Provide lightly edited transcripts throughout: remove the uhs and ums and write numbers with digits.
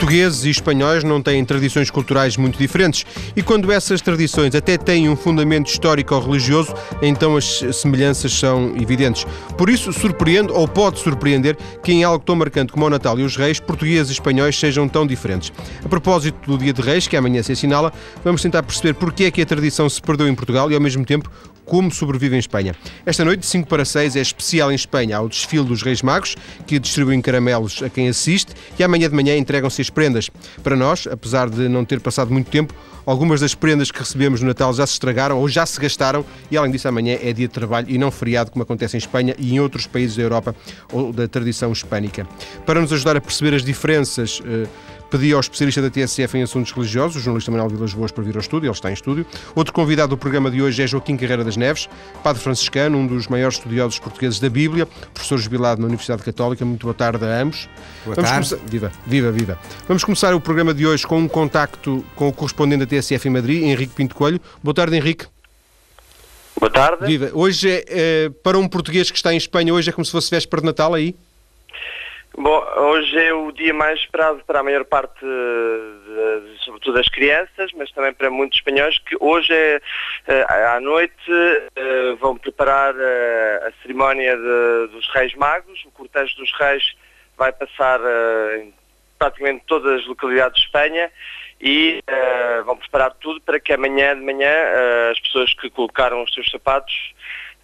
Portugueses e espanhóis não têm tradições culturais muito diferentes e quando essas tradições até têm um fundamento histórico ou religioso, então as semelhanças são evidentes. Por isso, surpreende ou pode surpreender que em algo tão marcante como o Natal e os Reis, portugueses e espanhóis sejam tão diferentes. A propósito do Dia de Reis, que amanhã se assinala, vamos tentar perceber porque é que a tradição se perdeu em Portugal e, ao mesmo tempo, como sobrevive em Espanha. Esta noite, de 5 para 6, é especial em Espanha. Há o desfile dos Reis Magos, que distribuem caramelos a quem assiste, e amanhã de manhã entregam-se as prendas. Para nós, apesar de não ter passado muito tempo, algumas das prendas que recebemos no Natal já se estragaram ou já se gastaram, e além disso amanhã é dia de trabalho e não feriado, como acontece em Espanha e em outros países da Europa ou da tradição hispânica. Para nos ajudar a perceber as diferenças, pedi ao especialista da TSF em assuntos religiosos, o jornalista Manuel Vilas Boas, para vir ao estúdio. Ele está em estúdio. Outro convidado do programa de hoje é Joaquim Carreira das Neves, padre franciscano, um dos maiores estudiosos portugueses da Bíblia, professor jubilado na Universidade Católica. Muito boa tarde a ambos. Boa tarde. Viva. Vamos começar o programa de hoje com um contacto com o correspondente da TSF em Madrid, Henrique Pinto Coelho. Boa tarde, Henrique. Boa tarde. Viva. Hoje, para um português que está em Espanha, hoje é como se fosse véspera de Natal aí? Bom, hoje é o dia mais esperado para a maior parte, sobretudo das crianças, mas também para muitos espanhóis, que hoje, à noite, vão preparar a cerimónia dos Reis Magos. O cortejo dos Reis vai passar em praticamente todas as localidades de Espanha e vão preparar tudo para que amanhã de manhã as pessoas que colocaram os seus sapatos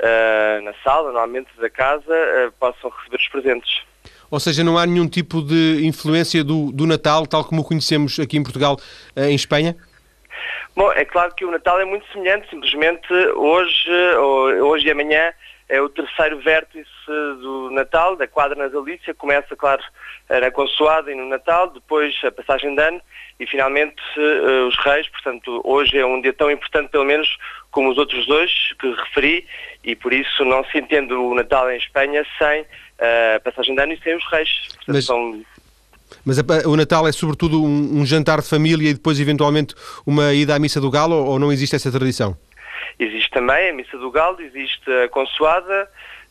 na sala, normalmente da casa, possam receber os presentes. Ou seja, não há nenhum tipo de influência do Natal, tal como o conhecemos aqui em Portugal, em Espanha? Bom, é claro que o Natal é muito semelhante, simplesmente hoje e amanhã é o terceiro vértice do Natal, da quadra natalícia. Começa, claro, na Consoada e no Natal, depois a passagem de ano e finalmente os Reis. Portanto, hoje é um dia tão importante, pelo menos, como os outros dois que referi, e por isso não se entende o Natal em Espanha sem a passagem de ano e sem os Reis. Portanto, Mas o Natal é sobretudo um jantar de família e depois eventualmente uma ida à Missa do Galo, ou não existe essa tradição? Existe também a Missa do Galo, existe a Consoada,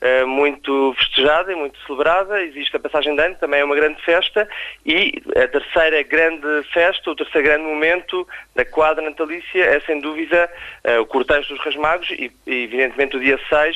muito festejada e muito celebrada, existe a passagem de ano, também é uma grande festa, e a terceira grande festa, o terceiro grande momento da quadra natalícia é sem dúvida o cortejo dos Reis Magos e evidentemente o dia 6,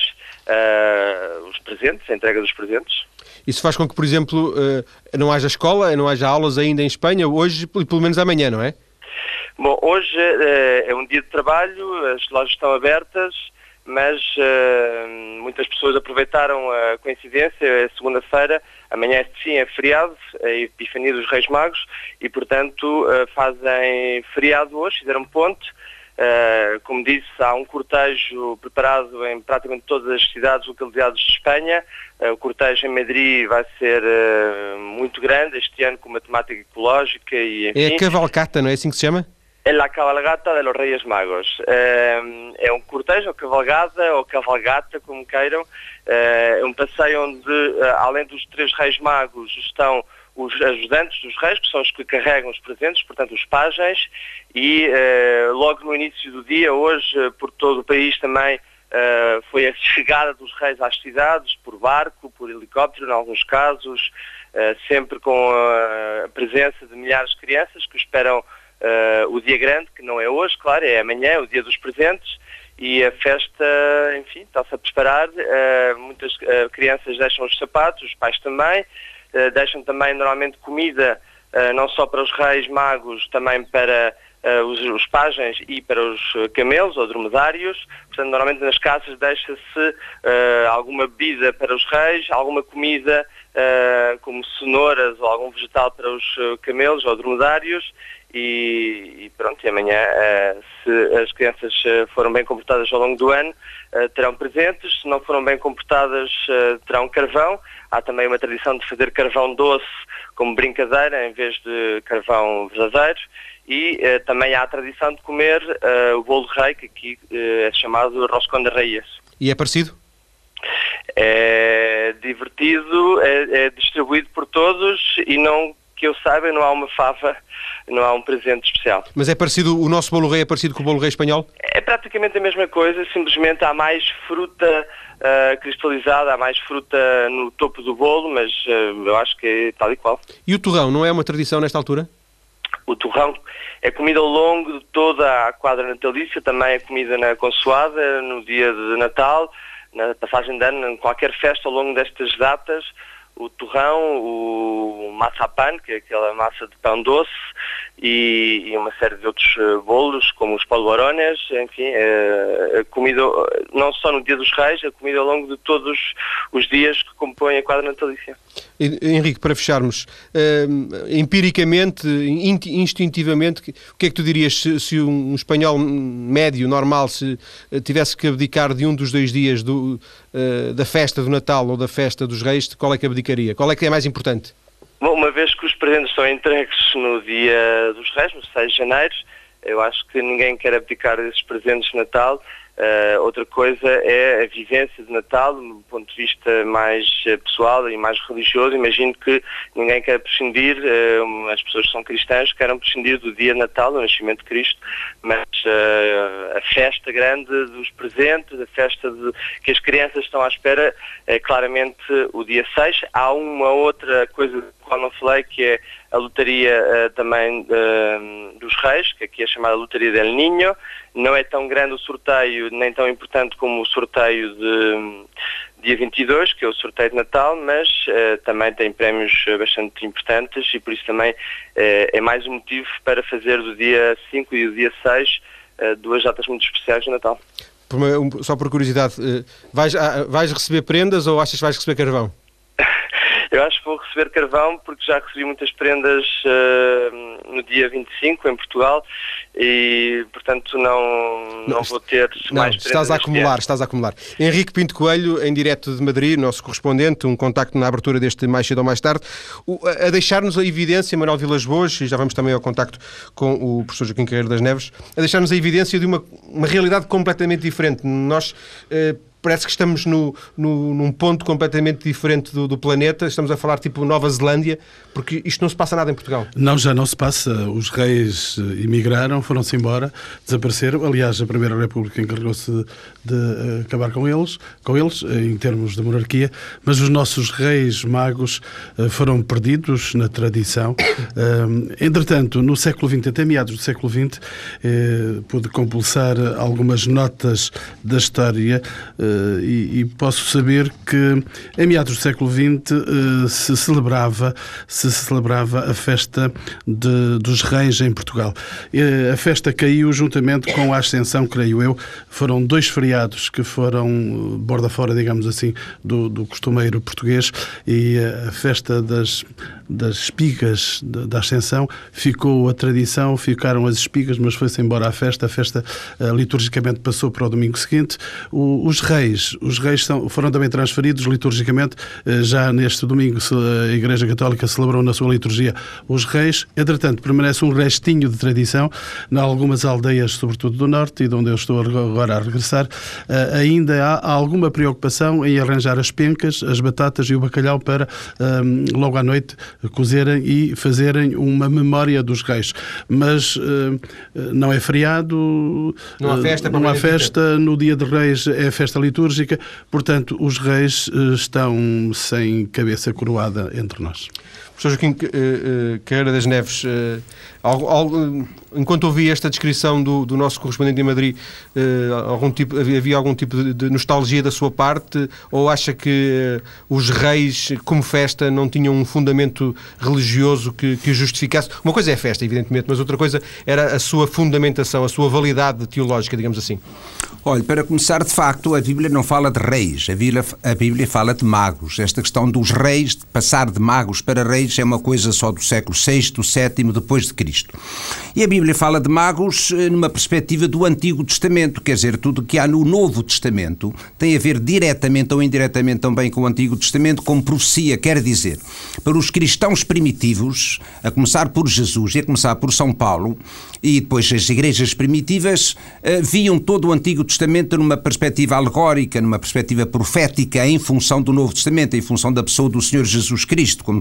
os presentes, a entrega dos presentes. Isso faz com que, por exemplo, não haja escola, não haja aulas ainda em Espanha, hoje e pelo menos amanhã, não é? Bom, hoje é um dia de trabalho, as lojas estão abertas, mas muitas pessoas aproveitaram a coincidência, é segunda-feira, amanhã sim é feriado, é a Epifania dos Reis Magos, e portanto fazem feriado hoje, fizeram ponte. Como disse, há um cortejo preparado em praticamente todas as cidades, localidades de Espanha. O cortejo em Madrid vai ser muito grande este ano, com uma temática ecológica e enfim. É a cavalcata, não é assim que se chama? É a cavalgata de los Reis Magos. É um cortejo, ou cavalgada, ou cavalgata, como queiram. É um passeio onde, além dos 3 Reis Magos, estão os ajudantes dos reis, que são os que carregam os presentes, portanto os pajens, e logo no início do dia, hoje, por todo o país também, foi a chegada dos reis às cidades, por barco, por helicóptero, em alguns casos, sempre com a presença de milhares de crianças que esperam o dia grande, que não é hoje, claro, é amanhã, o dia dos presentes, e a festa, enfim, está-se a preparar. Muitas crianças deixam os sapatos, os pais também, deixam também normalmente comida, não só para os Reis Magos, também para os pajens e para os camelos ou dromedários. Portanto, normalmente nas casas deixa-se alguma bebida para os reis, alguma comida como cenouras ou algum vegetal para os camelos ou dromedários. E pronto, e amanhã, se as crianças foram bem comportadas ao longo do ano, terão presentes. Se não foram bem comportadas, terão carvão. Há também uma tradição de fazer carvão doce como brincadeira em vez de carvão verdadeiro. E também há a tradição de comer o bolo de rei, que aqui é chamado roscón de reyes. E é parecido? É divertido, é distribuído por todos e não, que eu saiba, não há uma fava, não há um presente especial. Mas é parecido, o nosso bolo rei é parecido com o bolo rei espanhol? É praticamente a mesma coisa, simplesmente há mais fruta cristalizada, há mais fruta no topo do bolo, mas eu acho que é tal e qual. E o torrão não é uma tradição nesta altura? O torrão é comida ao longo de toda a quadra natalícia, também é comida na consoada, no dia de Natal, na passagem de ano, em qualquer festa ao longo destas datas. O torrão, o maçapã, que é aquela massa de pão doce, e uma série de outros bolos, como os polvorones, enfim, a comida, não só no Dia dos Reis, a comida ao longo de todos os dias que compõem a quadra natalícia. Henrique, para fecharmos, empiricamente, instintivamente, o que é que tu dirias se um espanhol médio, normal, se tivesse que abdicar de um dos 2 dias da festa do Natal ou da festa dos Reis, qual é que abdicaria? Qual é que é mais importante? Bom, uma vez que os presentes são entregues no Dia dos Reis, no 6 de janeiro, eu acho que ninguém quer abdicar desses presentes de Natal. Outra coisa é a vivência de Natal, do ponto de vista mais pessoal e mais religioso. Imagino que ninguém quer prescindir, as pessoas que são cristãs querem prescindir do dia de Natal, do nascimento de Cristo, mas a festa grande dos presentes, a festa que as crianças estão à espera, é claramente o dia 6. Há uma outra coisa da qual não falei, que é a lotaria também dos Reis, que aqui é chamada Lotaria del Niño. Não é tão grande o sorteio, nem tão importante como o sorteio de dia 22, que é o sorteio de Natal, mas também tem prémios bastante importantes e por isso também é mais um motivo para fazer do dia 5 e do dia 6 2 datas muito especiais de Natal. Só por curiosidade, vais receber prendas ou achas que vais receber carvão? Eu acho que vou receber carvão porque já recebi muitas prendas no dia 25 em Portugal e, portanto, não vou ter mais prendas. Estás a acumular. Henrique Pinto Coelho, em direto de Madrid, nosso correspondente, um contacto na abertura deste Mais Cedo ou Mais Tarde, a deixar-nos a evidência, Manuel Vilas Boas, e já vamos também ao contacto com o professor Joaquim Carreiro das Neves, a deixar-nos a evidência de uma realidade completamente diferente. Nós parece que estamos num ponto completamente diferente do planeta. Estamos a falar tipo Nova Zelândia, porque isto não se passa nada em Portugal. Não, já não se passa. Os reis emigraram, foram-se embora, desapareceram. Aliás, a Primeira República encarregou-se de acabar com eles, em termos de monarquia, mas os nossos reis magos foram perdidos na tradição. Entretanto, no século XX, até meados do século XX, pude compulsar algumas notas da história e posso saber que em meados do século XX se celebrava a festa dos reis em Portugal. A festa caiu juntamente com a Ascensão, creio eu. Foram 2 feriados que foram borda fora, digamos assim, do costumeiro português, e a festa das espigas da Ascensão ficou a tradição, ficaram as espigas, mas foi-se embora a festa liturgicamente passou para o domingo seguinte. Os reis foram também transferidos liturgicamente. Já neste domingo a Igreja Católica celebrou na sua liturgia os reis. Entretanto, permanece um restinho de tradição em algumas aldeias, sobretudo do norte, e de onde eu estou agora a regressar. Ainda há alguma preocupação em arranjar as pencas, as batatas e o bacalhau para logo à noite cozerem e fazerem uma memória dos reis. Mas não é feriado, não há festa, no dia de reis é festa litúrgica, portanto os reis estão sem cabeça coroada entre nós. Professor Joaquim Carreiro das Neves, enquanto ouvi esta descrição do nosso correspondente em Madrid, havia algum tipo de nostalgia da sua parte, ou acha que os reis, como festa, não tinham um fundamento religioso que o justificasse? Uma coisa é a festa, evidentemente, mas outra coisa era a sua fundamentação, a sua validade teológica, digamos assim. Olha, para começar, de facto, a Bíblia não fala de reis, a Bíblia fala de magos. Esta questão dos reis, de passar de magos para reis, é uma coisa só do século VI, VII, depois de Cristo. E a Bíblia fala de magos numa perspectiva do Antigo Testamento, quer dizer, tudo o que há no Novo Testamento tem a ver diretamente ou indiretamente também com o Antigo Testamento, como profecia, quer dizer, para os cristãos primitivos, a começar por Jesus e a começar por São Paulo, e depois as igrejas primitivas, viam todo o Antigo Testamento numa perspectiva alegórica, numa perspectiva profética, em função do Novo Testamento, em função da pessoa do Senhor Jesus Cristo, como todos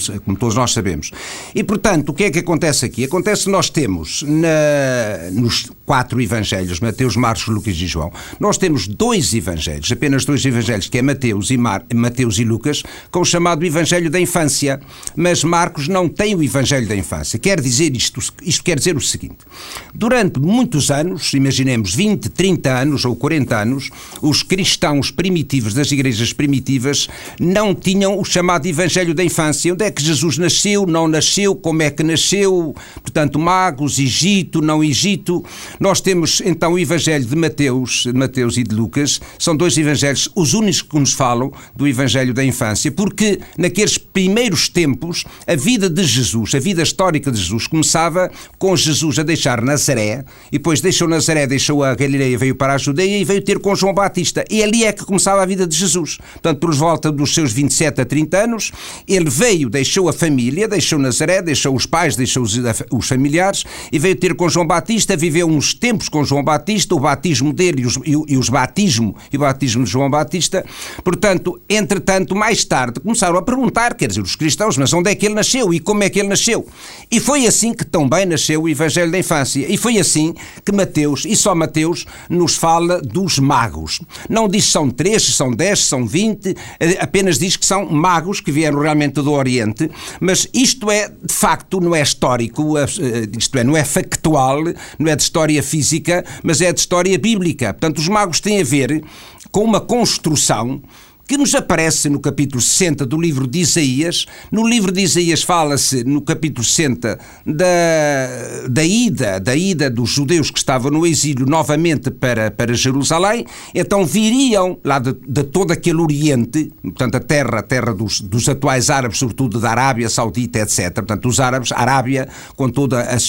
todos nós sabemos. E, portanto, o que é que acontece aqui? Acontece que nós temos nos 4 evangelhos, Mateus, Marcos, Lucas e João, nós temos 2 evangelhos, apenas 2 evangelhos, que é Mateus e Lucas, com o chamado Evangelho da Infância, mas Marcos não tem o Evangelho da Infância. Quer dizer isto quer dizer o seguinte: durante muitos anos, imaginemos 20, 30 anos ou 40 anos, os cristãos primitivos das igrejas primitivas não tinham o chamado Evangelho da Infância. Onde é que Jesus nasceu, não nasceu, como é que nasceu, portanto, magos, Egito, não Egito. Nós temos então o Evangelho de Mateus e de Lucas, são 2 evangelhos, os únicos que nos falam do Evangelho da Infância, porque naqueles primeiros tempos a vida de Jesus, a vida histórica de Jesus, começava com Jesus a deixar Nazaré, e depois deixou Nazaré, deixou a Galileia, veio para a Judeia e veio ter com João Batista, e ali é que começava a vida de Jesus. Portanto, por volta dos seus 27 a 30 anos, ele veio, deixou a família, deixou Nazaré, deixou os pais, deixou os familiares, e veio ter com João Batista, viveu uns tempos com João Batista, o batismo dele e o batismo de João Batista. Portanto, entretanto, mais tarde começaram a perguntar, quer dizer, os cristãos, mas onde é que ele nasceu e como é que ele nasceu? E foi assim que também nasceu o Evangelho da Infância. E foi assim que Mateus, e só Mateus, nos fala dos magos. Não diz se são 3, se são 10, se são 20, apenas diz que são magos que vieram realmente do Oriente, mas isto é, de facto, não é histórico, isto é, não é factual, não é de história física, mas é de história bíblica. Portanto, os magos têm a ver com uma construção que nos aparece no capítulo 60 do livro de Isaías. No livro de Isaías fala-se, no capítulo 60, da ida dos judeus que estavam no exílio novamente para Jerusalém. Então viriam lá de todo aquele Oriente, portanto a terra dos atuais árabes, sobretudo da Arábia Saudita, etc. Portanto, os árabes, a Arábia, com toda as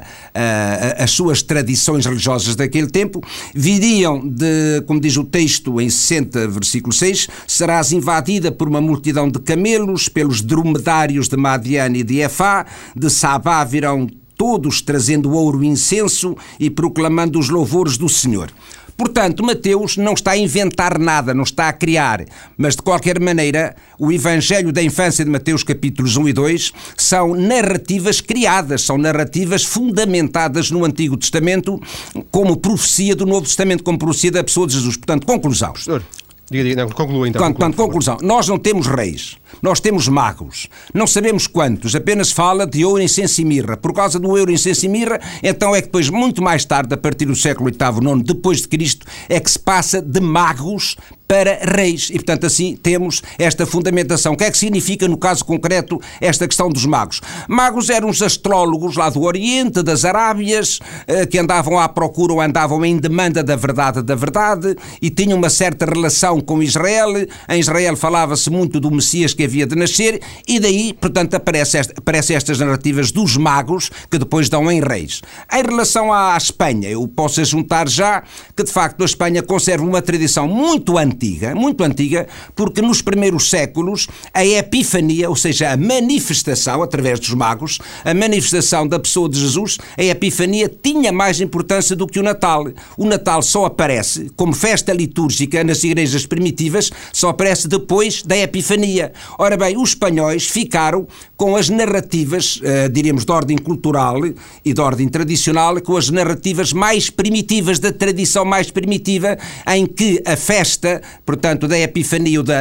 suas tradições religiosas daquele tempo, viriam como diz o texto em 60, versículo 6, serás invadida por uma multidão de camelos, pelos dromedários de Madian e de Efá, de Sabá virão todos trazendo ouro e incenso e proclamando os louvores do Senhor. Portanto, Mateus não está a inventar nada, não está a criar, mas de qualquer maneira o Evangelho da Infância de Mateus capítulos 1 e 2 são narrativas criadas, são narrativas fundamentadas no Antigo Testamento como profecia do Novo Testamento, como profecia da pessoa de Jesus. Portanto, conclusão. Professor, conclua então. Conclusão. Nós não temos reis, nós temos magos. Não sabemos quantos, apenas fala de ouro, incenso e mirra. Por causa do ouro, incenso e mirra, então é que depois, muito mais tarde, a partir do século VIII, IX, depois de Cristo, é que se passa de magos para reis. E, portanto, assim temos esta fundamentação. O que é que significa, no caso concreto, esta questão dos magos? Magos eram os astrólogos lá do Oriente, das Arábias, que andavam à procura ou andavam em demanda da verdade, e tinham uma certa relação com Israel. Em Israel falava-se muito do Messias que havia de nascer, e daí, portanto, aparecem estas narrativas dos magos, que depois dão em reis. Em relação à Espanha, eu posso juntar já que, de facto, a Espanha conserva uma tradição muito antiga, porque nos primeiros séculos a epifania, ou seja, a manifestação, através dos magos, a manifestação da pessoa de Jesus, a epifania tinha mais importância do que o Natal. O Natal só aparece como festa litúrgica nas igrejas primitivas, só aparece depois da epifania. Ora bem, os espanhóis ficaram com as narrativas, diríamos, de ordem cultural e de ordem tradicional, com as narrativas mais primitivas, da tradição mais primitiva, em que a festa, portanto, da epifania ou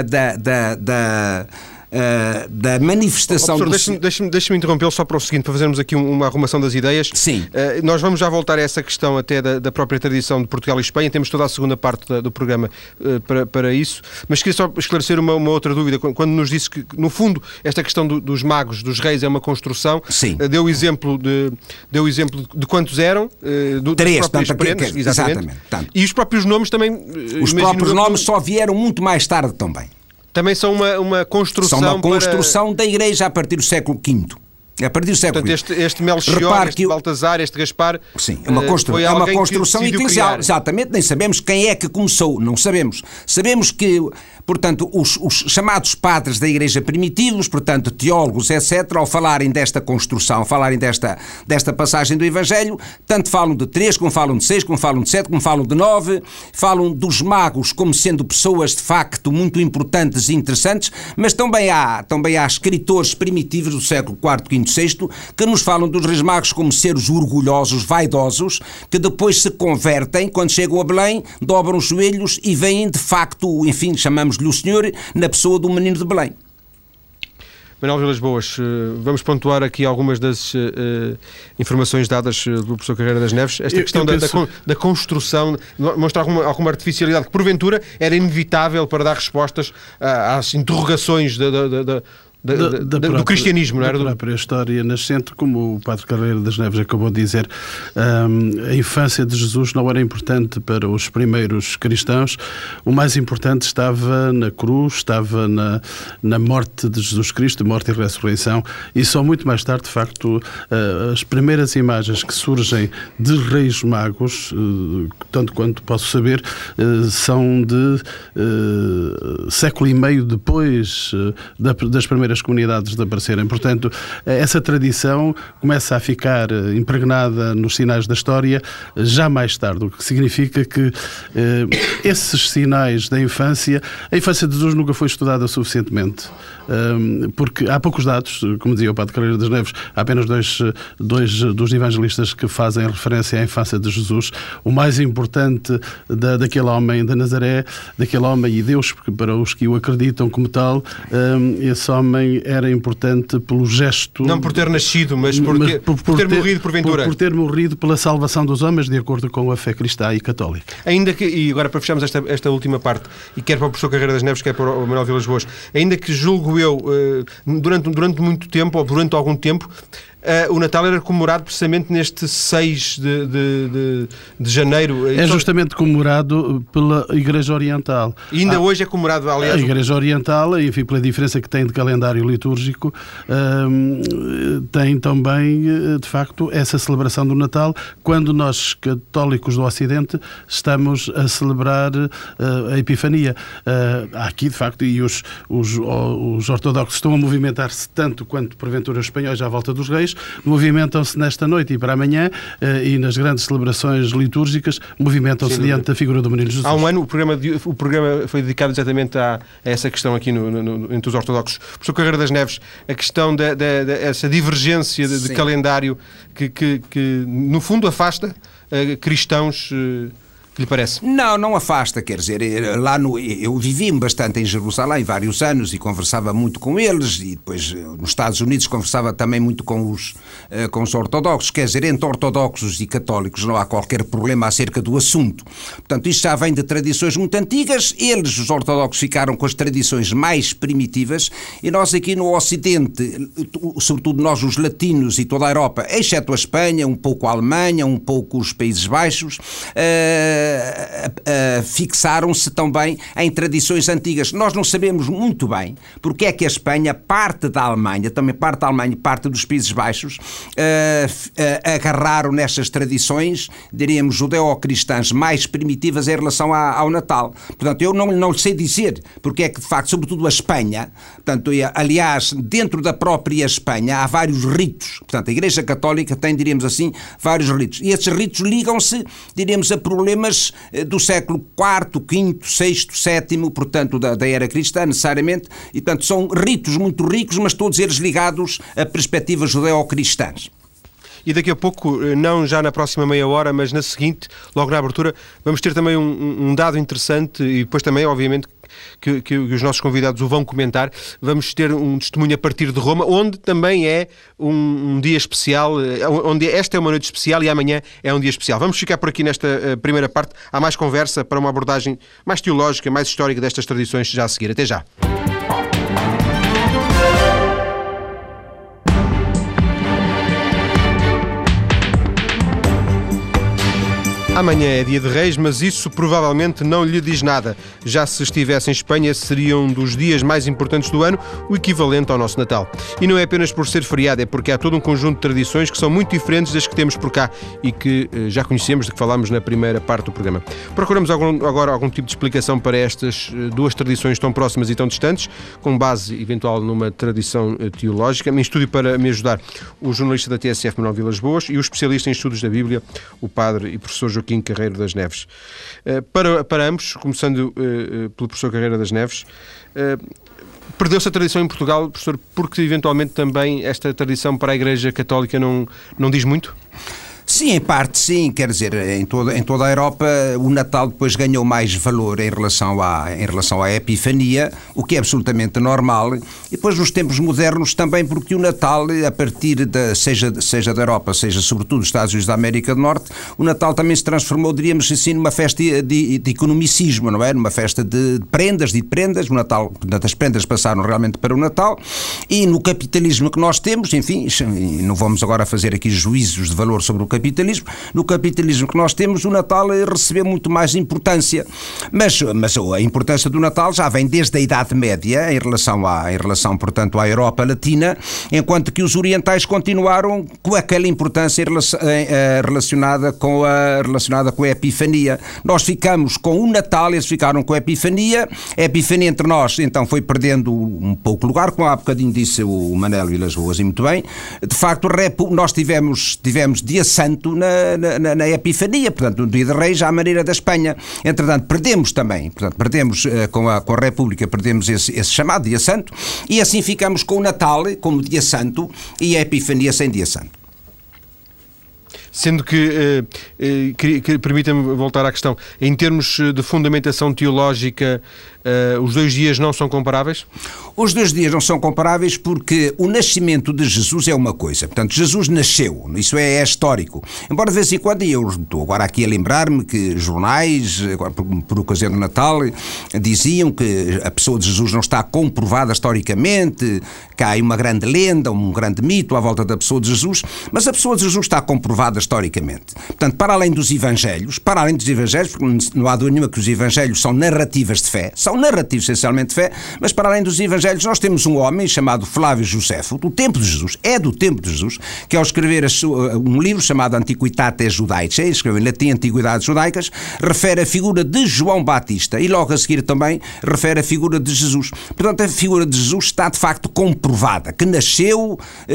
da manifestação... Professor, deixe-me interrompê-lo só para o seguinte, para fazermos aqui uma arrumação das ideias. Sim. Nós vamos já voltar a essa questão até da própria tradição de Portugal e Espanha, temos toda a segunda parte do programa para isso, mas queria só esclarecer uma outra dúvida. Quando nos disse que, no fundo, esta questão dos magos, dos reis, é uma construção, sim, deu exemplo de quantos eram, três, dos próprios perenes, exatamente. E os próprios nomes também... Os próprios nomes só vieram muito mais tarde também. Também são uma construção... São uma construção da Igreja a partir do século V. A partir do século XX. Portanto, este Melchior, este Baltazar, este Gaspar... Sim, é uma construção inicial. Exatamente, nem sabemos quem é que começou, não sabemos. Sabemos que, portanto, os chamados padres da Igreja primitivos, portanto, teólogos, etc., ao falarem desta construção, ao falarem desta passagem do Evangelho, tanto falam de 3, como falam de 6, como falam de 7, como falam de 9, falam dos magos como sendo pessoas, de facto, muito importantes e interessantes, mas também há escritores primitivos do século IV, V, VI, que nos falam dos Reis Magos como seres orgulhosos, vaidosos, que depois se convertem, quando chegam a Belém, dobram os joelhos e veem de facto, enfim, chamamos-lhe o Senhor, na pessoa do menino de Belém. Manuel Vilas Boas, vamos pontuar aqui algumas das informações dadas pelo professor Carreira das Neves. Esta questão da construção mostra alguma artificialidade que, porventura, era inevitável para dar respostas às interrogações do cristianismo, não era? Da própria história nascente, como o padre Carreira das Neves acabou de dizer, a infância de Jesus não era importante para os primeiros cristãos. O mais importante estava na cruz, estava na morte de Jesus Cristo, morte e ressurreição, e só muito mais tarde, de facto, as primeiras imagens que surgem de reis magos, tanto quanto posso saber, são de século e meio depois das primeiras comunidades de aparecerem. Portanto, essa tradição começa a ficar impregnada nos sinais da história já mais tarde, o que significa que esses sinais da infância, a infância de Jesus nunca foi estudada suficientemente, porque há poucos dados, como dizia o padre Carreira das Neves, há apenas dois dos evangelistas que fazem referência à infância de Jesus. O mais importante daquele homem de Nazaré, daquele homem e Deus, porque para os que o acreditam como tal, esse homem era importante pelo gesto... Não por ter nascido, mas por ter morrido porventura. Por ter morrido pela salvação dos homens, de acordo com a fé cristã e católica. Ainda que, e agora para fecharmos esta última parte, e quer para o professor Carreira das Neves, quer para o Manuel Vilas Boas, ainda que julgo eu, durante muito tempo, ou durante algum tempo, o Natal era comemorado precisamente neste 6 de janeiro. É justamente comemorado pela Igreja Oriental. E ainda hoje é comemorado, aliás... A Igreja Oriental, enfim, pela diferença que tem de calendário litúrgico, tem também, de facto, essa celebração do Natal, quando nós, católicos do Ocidente, estamos a celebrar a Epifania. Aqui, de facto, e os ortodoxos estão a movimentar-se tanto quanto, porventura, os espanhóis à volta dos reis, movimentam-se nesta noite e para amanhã, e nas grandes celebrações litúrgicas, movimentam-se diante da figura do Menino Jesus. Há um ano o programa foi dedicado exatamente a essa questão aqui entre os ortodoxos. Professor Carreira das Neves, a questão essa divergência de calendário que, no fundo, afasta cristãos... lhe parece? Não afasta, quer dizer, eu vivi bastante em Jerusalém vários anos e conversava muito com eles, e depois nos Estados Unidos conversava também muito com os ortodoxos, quer dizer, entre ortodoxos e católicos não há qualquer problema acerca do assunto. Portanto, isto já vem de tradições muito antigas, eles, os ortodoxos, ficaram com as tradições mais primitivas, e nós aqui no Ocidente, sobretudo nós os latinos e toda a Europa, exceto a Espanha, um pouco a Alemanha, um pouco os Países Baixos, fixaram-se também em tradições antigas. Nós não sabemos muito bem porque é que a Espanha, parte da Alemanha, também parte da Alemanha e parte dos Países Baixos, agarraram nestas tradições, diríamos, judeo-cristãs mais primitivas em relação ao Natal. Portanto, eu não sei dizer porque é que, de facto, sobretudo a Espanha, portanto, aliás, dentro da própria Espanha há vários ritos. Portanto, a Igreja Católica tem, diríamos assim, vários ritos. E esses ritos ligam-se, diríamos, a problemas do século IV, V, VI, VII, portanto, da era cristã, necessariamente, e, portanto, são ritos muito ricos, mas todos eles ligados a perspectivas judeo-cristãs. E daqui a pouco, não já na próxima meia hora, mas na seguinte, logo na abertura, vamos ter também um dado interessante e depois também, obviamente, que os nossos convidados o vão comentar. Vamos ter um testemunho a partir de Roma, onde também é um dia especial, onde esta é uma noite especial e amanhã é um dia especial. Vamos ficar por aqui nesta primeira parte. Há mais conversa para uma abordagem mais teológica, mais histórica destas tradições já a seguir. Até já. Amanhã é dia de Reis, mas isso provavelmente não lhe diz nada. Já se estivesse em Espanha, seria um dos dias mais importantes do ano, o equivalente ao nosso Natal. E não é apenas por ser feriado, é porque há todo um conjunto de tradições que são muito diferentes das que temos por cá e que já conhecemos, de que falámos na primeira parte do programa. Procuramos agora algum tipo de explicação para estas duas tradições tão próximas e tão distantes, com base eventual numa tradição teológica. Em estúdio para me ajudar, o jornalista da TSF, Manuel Vilas Boas, e o especialista em estudos da Bíblia, o padre e professor Joaquim Carreiro das Neves. Para ambos, começando pelo professor Carreiro das Neves, perdeu-se a tradição em Portugal, professor, porque eventualmente também esta tradição para a Igreja Católica não diz muito? Sim, em parte sim, quer dizer, em toda a Europa o Natal depois ganhou mais valor em relação à Epifania, o que é absolutamente normal, e depois nos tempos modernos também, porque o Natal, a partir seja da Europa, seja sobretudo dos Estados Unidos da América do Norte, o Natal também se transformou, diríamos assim, numa festa de economicismo, não é? Numa festa de prendas, o Natal, portanto as prendas passaram realmente para o Natal, e no capitalismo que nós temos, enfim, não vamos agora fazer aqui juízos de valor sobre o capitalismo, no capitalismo que nós temos, o Natal recebeu muito mais importância, mas a importância do Natal já vem desde a Idade Média em relação, portanto, à Europa Latina, enquanto que os orientais continuaram com aquela importância relacionada com a Epifania. Nós ficamos com o Natal, eles ficaram com a Epifania entre nós então foi perdendo um pouco lugar, como há bocadinho disse o Manuel Vilas Boas, e muito bem. De facto, nós tivemos dia santo na Epifania, portanto, no dia de Reis, à maneira da Espanha. Entretanto, perdemos também, com a República, perdemos esse chamado dia santo, e assim ficamos com o Natal como dia santo e a Epifania sem dia santo. Sendo que permita-me voltar à questão, em termos de fundamentação teológica, os dois dias não são comparáveis? Os dois dias não são comparáveis porque o nascimento de Jesus é uma coisa. Portanto, Jesus nasceu, isso é histórico. Embora de vez em quando, e eu estou agora aqui a lembrar-me que jornais, agora por ocasião do Natal, diziam que a pessoa de Jesus não está comprovada historicamente, que há uma grande lenda, um grande mito à volta da pessoa de Jesus, mas a pessoa de Jesus está comprovada historicamente. Portanto, para além dos evangelhos, porque não há dúvida nenhuma que os evangelhos são narrativas de fé, são narrativos essencialmente de fé, mas para além dos evangelhos nós temos um homem chamado Flávio Josefo, do tempo de Jesus, que ao escrever um livro chamado Antiquitates Judaicae, escreveu em latim Antiguidades Judaicas, refere a figura de João Batista e logo a seguir também refere a figura de Jesus. Portanto, a figura de Jesus está de facto comprovada, que nasceu,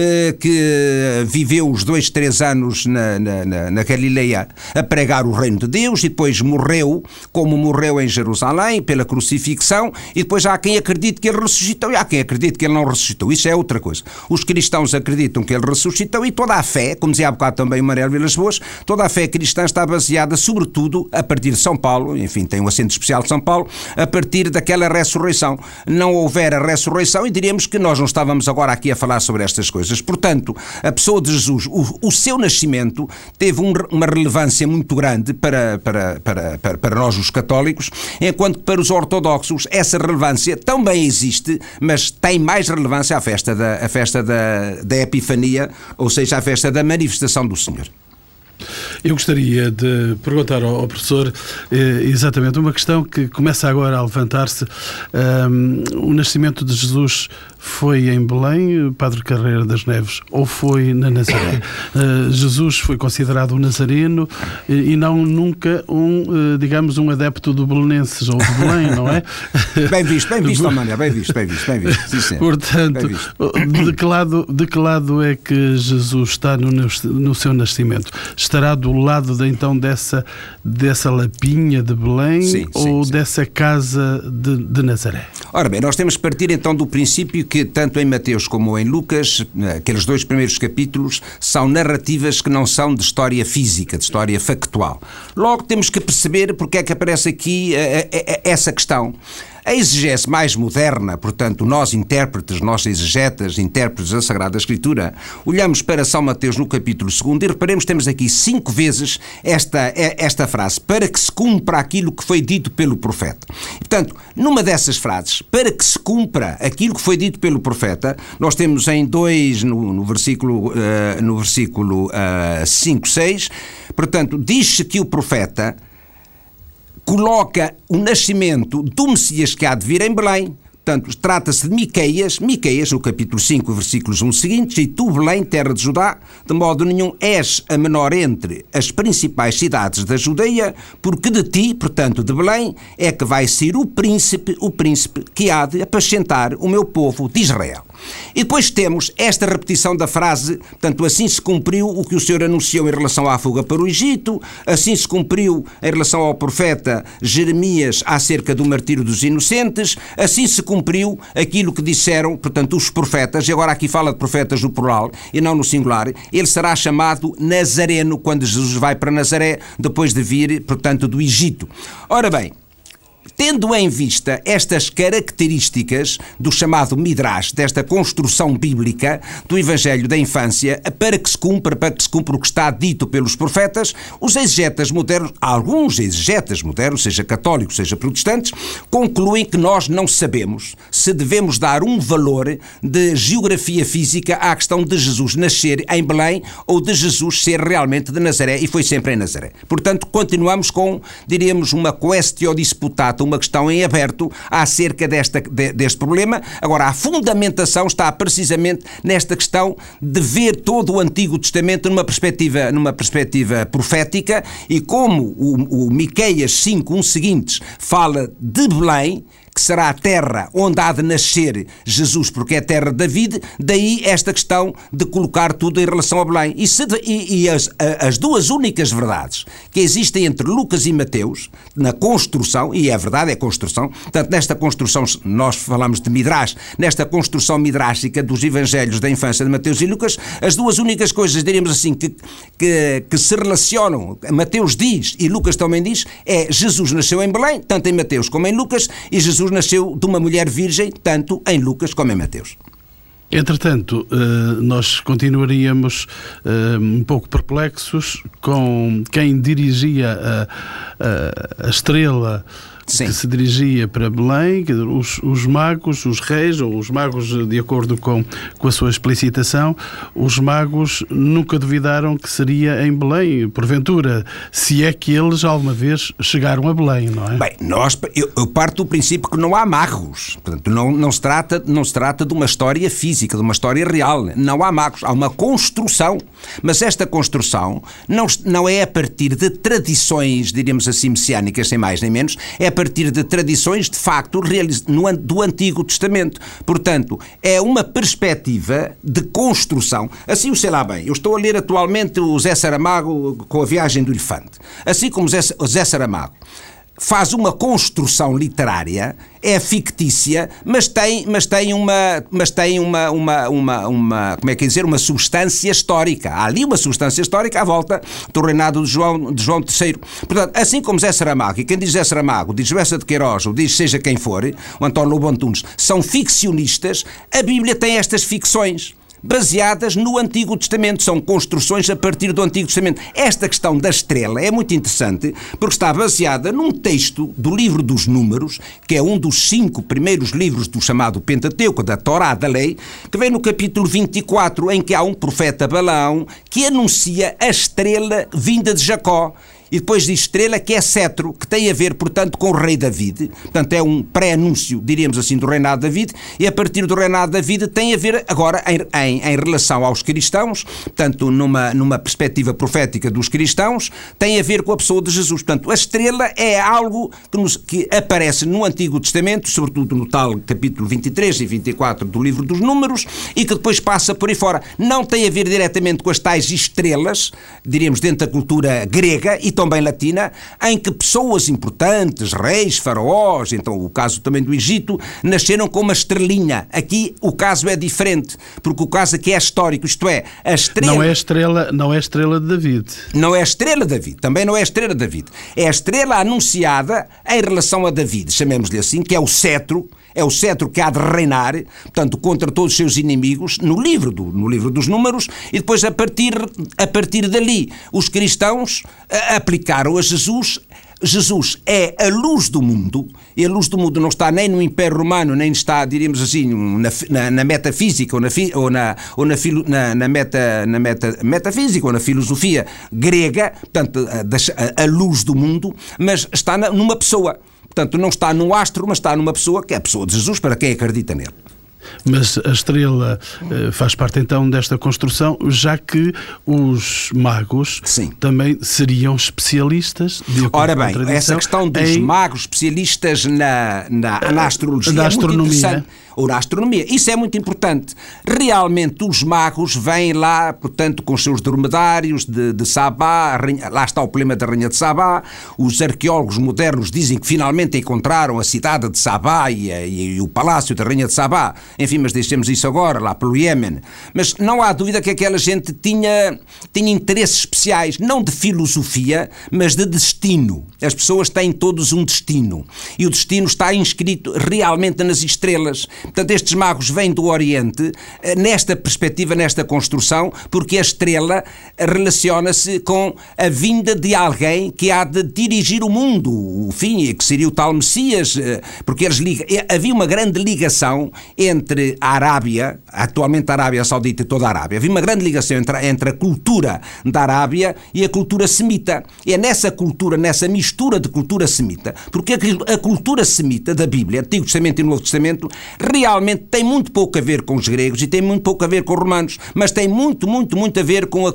que viveu os 2-3 anos na Galileia a pregar o reino de Deus e depois morreu, como morreu em Jerusalém, pela crucifixão, e depois há quem acredite que ele ressuscitou e há quem acredite que ele não ressuscitou. Isso é outra coisa. Os cristãos acreditam que ele ressuscitou e toda a fé, como dizia há bocado também o Manuel Vilas Boas, toda a fé cristã está baseada sobretudo a partir de São Paulo, enfim, tem um acento especial de São Paulo, a partir daquela ressurreição. Não houver a ressurreição e diríamos que nós não estávamos agora aqui a falar sobre estas coisas. Portanto, a pessoa de Jesus, o seu nascimento teve uma relevância muito grande para nós os católicos, enquanto que para os ortodoxos essa relevância também existe, mas tem mais relevância a festa da Epifania, ou seja, a festa da manifestação do Senhor. Eu gostaria de perguntar ao professor exatamente uma questão que começa agora a levantar-se. O nascimento de Jesus foi em Belém, Padre Carreiro das Neves, ou foi na Nazaré? Jesus foi considerado um nazareno e não nunca um adepto do belenenses ou de Belém, não é? Bem visto, Manuel, bem visto. Sim, sim. Portanto, de que lado é que Jesus está no seu nascimento? Estará do lado então dessa lapinha de Belém ou dessa casa de Nazaré? Ora bem, nós temos que partir então do princípio que tanto em Mateus como em Lucas, aqueles 2 primeiros capítulos, são narrativas que não são de história física, de história factual. Logo temos que perceber porque é que aparece aqui essa questão. A exegese mais moderna, portanto, nós intérpretes, nós exegetas, intérpretes da Sagrada Escritura, olhamos para São Mateus no capítulo 2 e reparemos, temos aqui 5 vezes esta frase, para que se cumpra aquilo que foi dito pelo profeta. Portanto, numa dessas frases, para que se cumpra aquilo que foi dito pelo profeta, nós temos em 2, no versículo 5, 6, portanto, diz-se que o profeta coloca o nascimento do Messias que há de vir em Belém. Portanto, trata-se de Miqueias, no capítulo 5, versículos 1 seguintes, e tu, Belém, terra de Judá, de modo nenhum és a menor entre as principais cidades da Judeia, porque de ti, portanto, de Belém, é que vai ser o príncipe que há de apacentar o meu povo de Israel. E depois temos esta repetição da frase, portanto, assim se cumpriu o que o Senhor anunciou em relação à fuga para o Egito, assim se cumpriu em relação ao profeta Jeremias acerca do martírio dos inocentes, assim se cumpriu aquilo que disseram, portanto, os profetas, e agora aqui fala de profetas no plural e não no singular, ele será chamado Nazareno quando Jesus vai para Nazaré, depois de vir, portanto, do Egito. Ora bem, tendo em vista estas características do chamado Midrash, desta construção bíblica do Evangelho da infância, para que se cumpra o que está dito pelos profetas, os exegetas modernos, alguns exegetas modernos, seja católicos, seja protestantes, concluem que nós não sabemos se devemos dar um valor de geografia física à questão de Jesus nascer em Belém ou de Jesus ser realmente de Nazaré, e foi sempre em Nazaré. Portanto, continuamos com, diríamos, uma questio disputata, uma questão em aberto acerca deste problema. Agora, a fundamentação está precisamente nesta questão de ver todo o Antigo Testamento numa perspectiva profética, e como o Miqueias 5, 1 seguintes, fala de Belém, que será a terra onde há de nascer Jesus, porque é a terra de David, daí esta questão de colocar tudo em relação a Belém. E as duas únicas verdades que existem entre Lucas e Mateus, na construção, e é verdade, é construção, portanto, nesta construção, nós falamos de Midrash, nesta construção midrásica dos Evangelhos da infância de Mateus e Lucas, as duas únicas coisas, diríamos assim, que se relacionam, Mateus diz e Lucas também diz, é Jesus nasceu em Belém, tanto em Mateus como em Lucas, e Jesus nasceu de uma mulher virgem, tanto em Lucas como em Mateus. Entretanto, nós continuaríamos um pouco perplexos com quem dirigia a estrela. Sim. Que se dirigia para Belém, os magos, os reis, ou os magos, de acordo com a sua explicitação, os magos nunca duvidaram que seria em Belém, porventura, se é que eles alguma vez chegaram a Belém, não é? Bem, eu parto do princípio que não há magos, portanto, não se trata de uma história física, de uma história real, não há magos, há uma construção, mas esta construção não é a partir de tradições, diríamos assim, messiânicas, sem mais nem menos, é a partir de tradições, de facto, do Antigo Testamento. Portanto, é uma perspectiva de construção. Assim, sei lá bem, eu estou a ler atualmente o Zé Saramago com a Viagem do Elefante. Assim como o Zé Saramago faz uma construção literária, é fictícia, mas tem uma como é que dizer, uma substância histórica. Há ali uma substância histórica à volta do reinado de João III. Portanto, assim como Zé Saramago, e quem diz Zé Saramago, diz Bessa de Queiroz, ou diz seja quem for, o António Lobo Antunes, são ficcionistas, a Bíblia tem estas ficções baseadas no Antigo Testamento, são construções a partir do Antigo Testamento. Esta questão da estrela é muito interessante porque está baseada num texto do livro dos Números, que é um dos 5 primeiros livros do chamado Pentateuco, da Torá, da Lei, que vem no capítulo 24, em que há um profeta Balaão que anuncia a estrela vinda de Jacó. E depois diz estrela, que é cetro, que tem a ver, portanto, com o rei David. Portanto, é um pré-anúncio, diríamos assim, do reinado de David, e a partir do reinado de David tem a ver agora em relação aos cristãos, portanto, numa perspectiva profética dos cristãos, tem a ver com a pessoa de Jesus. Portanto, a estrela é algo que aparece no Antigo Testamento, sobretudo no tal capítulo 23 e 24 do livro dos Números, e que depois passa por aí fora. Não tem a ver diretamente com as tais estrelas, diríamos, dentro da cultura grega, e também latina, em que pessoas importantes, reis, faraós, então o caso também do Egito, nasceram com uma estrelinha. Aqui o caso é diferente, porque o caso aqui é histórico, isto é, a estrela... Não é a estrela de David. Não é a estrela de David, também não é a estrela de David. É a estrela anunciada em relação a David, chamemos-lhe assim, que é o cetro que há de reinar, portanto, contra todos os seus inimigos, no livro dos Números, e depois a partir dali os cristãos aplicaram a Jesus. Jesus é a luz do mundo, e a luz do mundo não está nem no Império Romano, nem está, diríamos assim, na metafísica ou na metafísica ou na filosofia grega, portanto, a luz do mundo, mas está numa pessoa. Portanto, não está num astro, mas está numa pessoa, que é a pessoa de Jesus, para quem acredita nele. Mas a estrela faz parte então desta construção, já que os magos também seriam especialistas. Ora bem, essa questão dos magos especialistas na astrologia na é astronomia. muito interessante. Ou na astronomia. Isso é muito importante. Realmente os magos vêm lá, portanto, com os seus dromedários de Sabá, lá está o problema da Rainha de Sabá. Os arqueólogos modernos dizem que finalmente encontraram a cidade de Sabá e o palácio da Rainha de Sabá. Enfim, mas deixemos isso agora, lá pelo Iémen. Mas não há dúvida que aquela gente tinha interesses especiais, não de filosofia, mas de destino. As pessoas têm todos um destino. E o destino está inscrito realmente nas estrelas. Portanto, estes magos vêm do Oriente, nesta perspectiva, nesta construção, porque a estrela relaciona-se com a vinda de alguém que há de dirigir o mundo, o fim, que seria o tal Messias, porque havia uma grande ligação entre a Arábia, atualmente a Arábia Saudita e toda a Arábia, havia uma grande ligação entre a cultura da Arábia e a cultura semita. É nessa cultura, nessa mistura de cultura semita, porque a cultura semita da Bíblia, Antigo Testamento e Novo Testamento, realmente tem muito pouco a ver com os gregos e tem muito pouco a ver com os romanos, mas tem muito a ver com a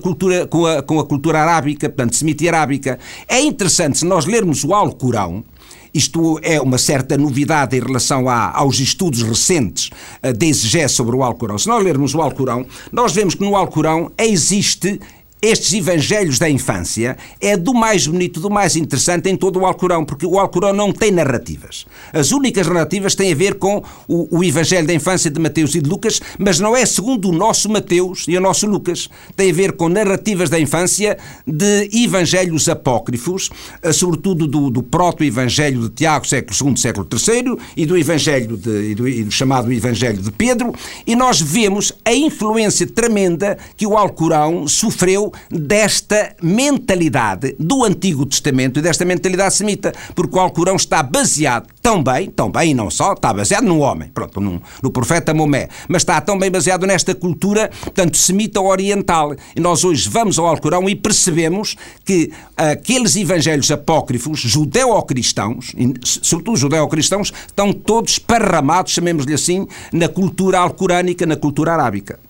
cultura arábica, portanto, semita e arábica. É interessante, se nós lermos o Alcorão, isto é uma certa novidade em relação aos estudos recentes de exegese sobre o Alcorão. Se nós lermos o Alcorão, nós vemos que no Alcorão existe estes evangelhos da infância, é do mais bonito, do mais interessante em todo o Alcorão, porque o Alcorão não tem narrativas. As únicas narrativas têm a ver com o evangelho da infância de Mateus e de Lucas, mas não é segundo o nosso Mateus e o nosso Lucas. Tem a ver com narrativas da infância de evangelhos apócrifos, sobretudo do proto-evangelho de Tiago, século II, século III, e do evangelho e do chamado evangelho de Pedro, e nós vemos a influência tremenda que o Alcorão sofreu desta mentalidade do Antigo Testamento e desta mentalidade semita, porque o Alcorão está baseado também, e não só, está baseado no homem, pronto, no profeta Maomé, mas está também baseado nesta cultura, portanto, semita oriental. E nós hoje vamos ao Alcorão e percebemos que aqueles evangelhos apócrifos, judeo-cristãos, sobretudo judeo-cristãos, estão todos esparramados, chamemos-lhe assim, na cultura alcorânica, na cultura arábica.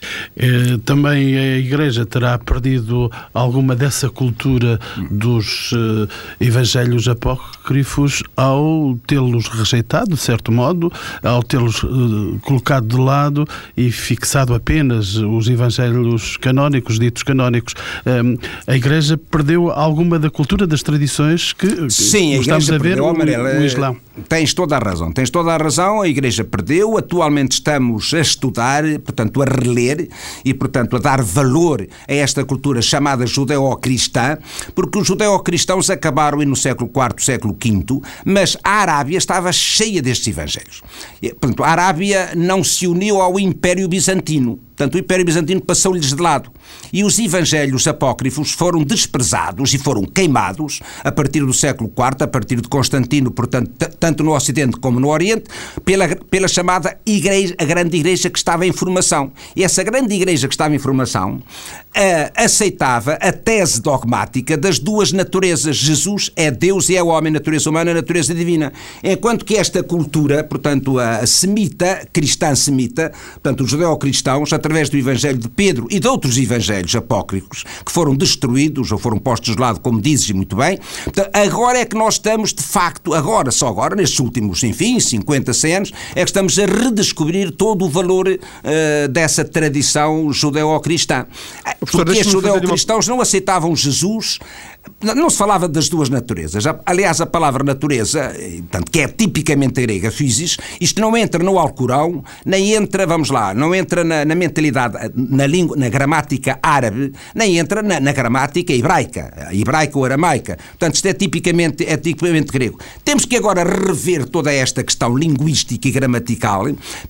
Também a Igreja terá perdido alguma dessa cultura dos evangelhos apócrifos ao tê-los rejeitado, de certo modo, ao tê-los colocado de lado e fixado apenas os evangelhos canónicos, ditos canónicos. A Igreja perdeu alguma da cultura, das tradições que sim, estamos a ver no Islão. Tens toda a razão, a Igreja perdeu, atualmente estamos a estudar, portanto a reler e, portanto, a dar valor a esta cultura chamada judeo-cristã, porque os judeo-cristãos acabaram no século IV, século V, mas a Arábia estava cheia destes evangelhos. Portanto, a Arábia não se uniu ao Império Bizantino. Portanto, o Império Bizantino passou-lhes de lado. E os evangelhos apócrifos foram desprezados e foram queimados a partir do século IV, a partir de Constantino, portanto, tanto no Ocidente como no Oriente, pela chamada Igreja, a grande Igreja que estava em formação. E essa grande Igreja que estava em formação aceitava a tese dogmática das duas naturezas. Jesus é Deus e é homem, natureza humana e natureza divina. Enquanto que esta cultura, portanto, a semita, cristã semita, portanto, os judeu-cristãos, através do Evangelho de Pedro e de outros evangelhos apócrifos que foram destruídos ou foram postos de lado, como dizes muito bem, agora é que nós estamos, de facto, só agora, nestes últimos, enfim, 50, 100 anos, é que estamos a redescobrir todo o valor dessa tradição judeo-cristã. Porque os judeo-cristãos não aceitavam Jesus Não se falava das duas naturezas. Aliás, a palavra natureza, portanto, que é tipicamente grega, physis, isto não entra no Alcorão, nem entra, vamos lá, não entra na mentalidade, na língua, na gramática árabe, nem entra na gramática hebraica ou aramaica. Portanto, isto é tipicamente grego. Temos que agora rever toda esta questão linguística e gramatical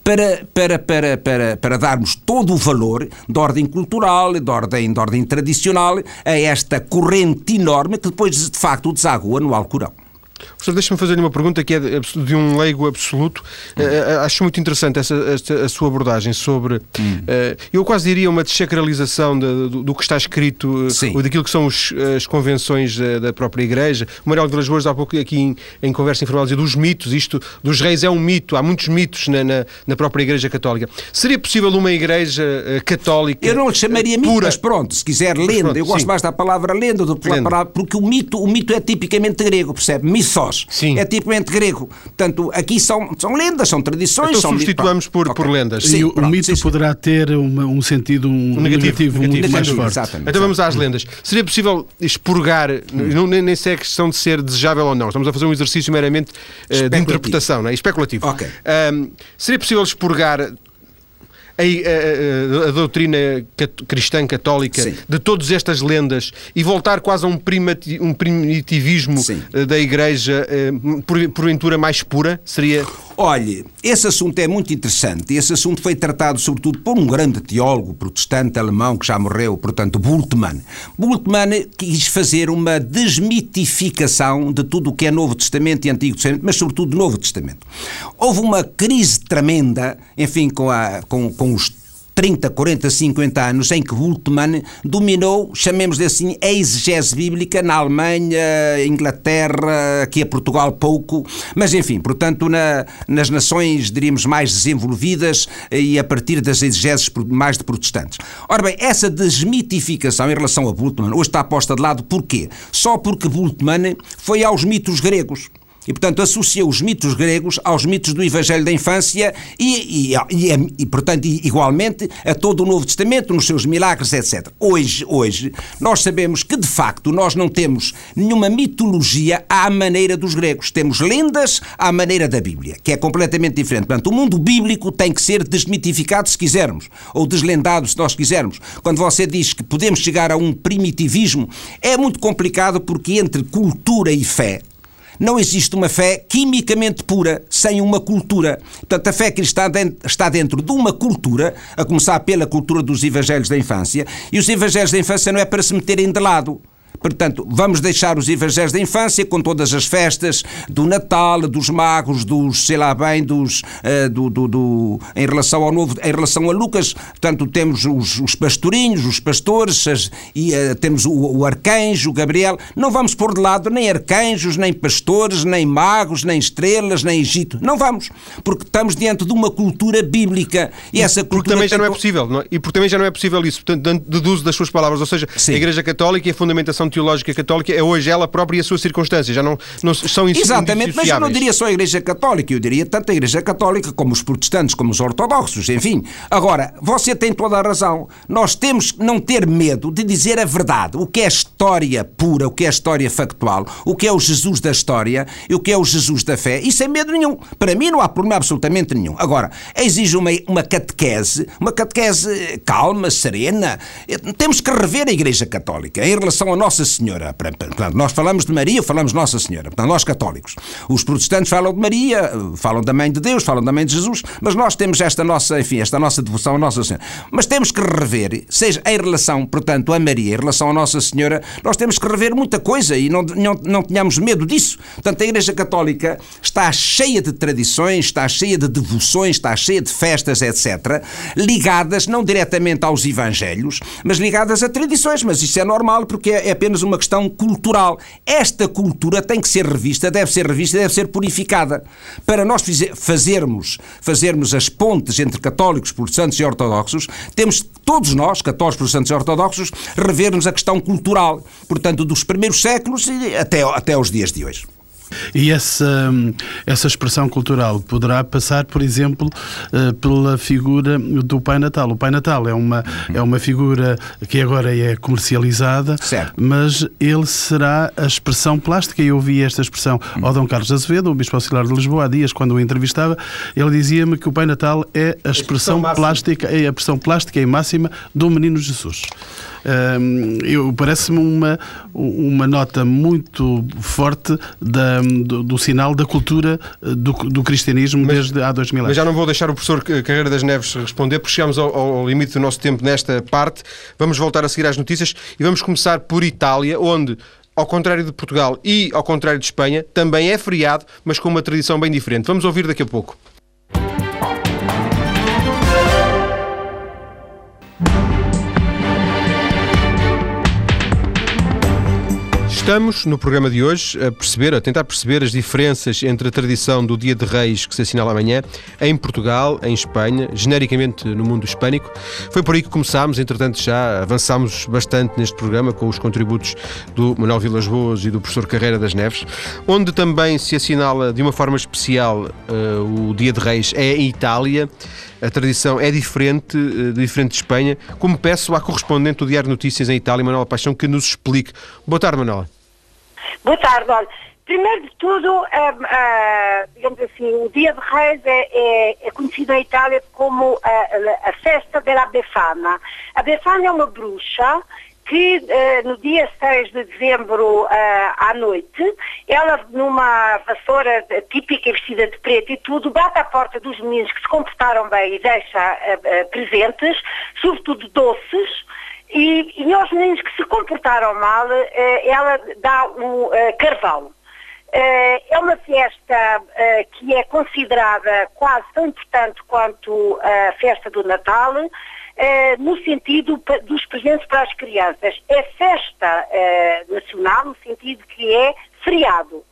para darmos todo o valor de ordem cultural, de ordem tradicional a esta corrente enorme que depois, de facto, desagua no Alcorão. Professor, deixa-me fazer-lhe uma pergunta que é de um leigo absoluto. Acho muito interessante a sua abordagem sobre, eu quase diria, uma desacralização do que está escrito, ou daquilo que são as convenções da própria Igreja. O Manuel Vilas Boas, há pouco aqui em conversa informal, dizia dos mitos, isto dos reis é um mito, há muitos mitos na própria Igreja Católica. Seria possível uma Igreja católica... Eu não lhe chamaria mito, mas pronto, se quiser lenda, eu gosto mais da palavra lenda do que da palavra, porque o mito é tipicamente grego, percebe? Sim. É tipicamente grego. Portanto, aqui são lendas, são tradições. Então substituamos por lendas. Sim, o mito poderá ter um sentido negativo muito mais forte. Exatamente. Então vamos às lendas. Seria possível expurgar, nem sei a questão de ser desejável ou não, estamos a fazer um exercício meramente de interpretação, não é? Especulativo. Okay. Seria possível expurgar a doutrina cristã católica de todas estas lendas e voltar quase a um primitivismo da Igreja porventura mais pura? Seria... Olhe, esse assunto é muito interessante. Esse assunto foi tratado sobretudo por um grande teólogo protestante alemão que já morreu, portanto, Bultmann. Bultmann quis fazer uma desmitificação de tudo o que é Novo Testamento e Antigo Testamento, mas sobretudo Novo Testamento. Houve uma crise tremenda, enfim, com os 30, 40, 50 anos em que Bultmann dominou, chamemos-lhe assim, a exegese bíblica na Alemanha, Inglaterra, aqui a Portugal pouco, mas enfim, portanto nas nações, diríamos, mais desenvolvidas e a partir das exegeses mais de protestantes. Ora bem, essa desmitificação em relação a Bultmann hoje está posta de lado. Porquê? Só porque Bultmann foi aos mitos gregos. E, portanto, associa os mitos gregos aos mitos do Evangelho da Infância e portanto, igualmente a todo o Novo Testamento, nos seus milagres, etc. Hoje, nós sabemos que, de facto, nós não temos nenhuma mitologia à maneira dos gregos. Temos lendas à maneira da Bíblia, que é completamente diferente. Portanto, o mundo bíblico tem que ser desmitificado, se quisermos, ou deslendado, se nós quisermos. Quando você diz que podemos chegar a um primitivismo, é muito complicado, porque entre cultura e fé não existe uma fé quimicamente pura, sem uma cultura. Portanto, a fé cristã está dentro de uma cultura, a começar pela cultura dos Evangelhos da Infância, e os Evangelhos da Infância não é para se meterem de lado. Portanto, vamos deixar os Evangelhos da Infância com todas as festas do Natal, dos magos, dos, sei lá bem, em relação ao Novo, em relação a Lucas. Portanto, temos os pastorinhos, os pastores, temos o arcanjo, o Gabriel. Não vamos pôr de lado nem arcanjos, nem pastores, nem magos, nem estrelas, nem Egito. Não vamos, porque estamos diante de uma cultura bíblica. E essa cultura... Porque também já não é possível, não é? E porque também já não é possível isso. Portanto, deduzo das suas palavras, ou seja, a Igreja Católica e a fundamentação teológica católica é hoje ela própria e a sua circunstância, já não são indissociáveis. Exatamente, mas eu não diria só a Igreja Católica, eu diria tanto a Igreja Católica como os protestantes, como os ortodoxos, enfim. Agora, você tem toda a razão, nós temos que não ter medo de dizer a verdade, o que é história pura, o que é história factual, o que é o Jesus da história e o que é o Jesus da fé, e sem medo nenhum. Para mim não há problema absolutamente nenhum. Agora, exige uma catequese calma, serena. Temos que rever a Igreja Católica em relação a Nossa Senhora. Portanto, nós falamos de Maria, falamos de Nossa Senhora, portanto, nós católicos. Os protestantes falam de Maria, falam da Mãe de Deus, falam da Mãe de Jesus, mas nós temos esta nossa devoção a Nossa Senhora. Mas temos que rever, seja em relação, portanto, a Maria, em relação a Nossa Senhora, nós temos que rever muita coisa e não tenhamos medo disso. Portanto, a Igreja Católica está cheia de tradições, está cheia de devoções, está cheia de festas, etc., ligadas não diretamente aos Evangelhos, mas ligadas a tradições. Mas isso é normal, porque é apenas uma questão cultural. Esta cultura tem que ser revista, deve ser purificada. Para nós fazermos as pontes entre católicos, protestantes e ortodoxos, temos todos nós, católicos, protestantes e ortodoxos, revermos a questão cultural, portanto, dos primeiros séculos e até aos dias de hoje. E essa expressão cultural poderá passar, por exemplo, pela figura do Pai Natal. O Pai Natal é uma figura que agora é comercializada, certo, mas ele será a expressão plástica. Eu ouvi esta expressão ao Dom Carlos Azevedo, o Bispo Auxiliar de Lisboa, há dias, quando o entrevistava. Ele dizia-me que o Pai Natal é a expressão plástica, é a expressão plástica e máxima do Menino Jesus. Parece-me uma nota muito forte do sinal da cultura do cristianismo desde há 2000 anos. Mas já não vou deixar o professor Carreira das Neves responder, porque chegamos ao limite do nosso tempo nesta parte. Vamos voltar a seguir às notícias e vamos começar por Itália, onde, ao contrário de Portugal e ao contrário de Espanha, também é feriado, mas com uma tradição bem diferente. Vamos ouvir daqui a pouco. Estamos, no programa de hoje, a tentar perceber as diferenças entre a tradição do Dia de Reis, que se assinala amanhã, em Portugal, em Espanha, genericamente no mundo hispânico. Foi por aí que começámos, entretanto já avançámos bastante neste programa com os contributos do Manuel Vilas Boas e do professor Carreira das Neves, onde também se assinala de uma forma especial o Dia de Reis é em Itália. A tradição é diferente de Espanha. Como peço à correspondente do Diário de Notícias em Itália, Manuela Paixão, que nos explique. Boa tarde, Manuela. Boa tarde. Olha, primeiro de tudo, digamos assim, o Dia de Reis é conhecido em Itália como a festa della Befana. A Befana é uma bruxa que no dia 6 de dezembro à noite, ela numa vassoura típica vestida de preto e tudo, bate à porta dos meninos que se comportaram bem e deixa presentes, sobretudo doces, e aos meninos que se comportaram mal, ela dá um carvalho. É uma festa que é considerada quase tão importante quanto a festa do Natal, no sentido dos presentes para as crianças. É festa nacional, no sentido que é feriado.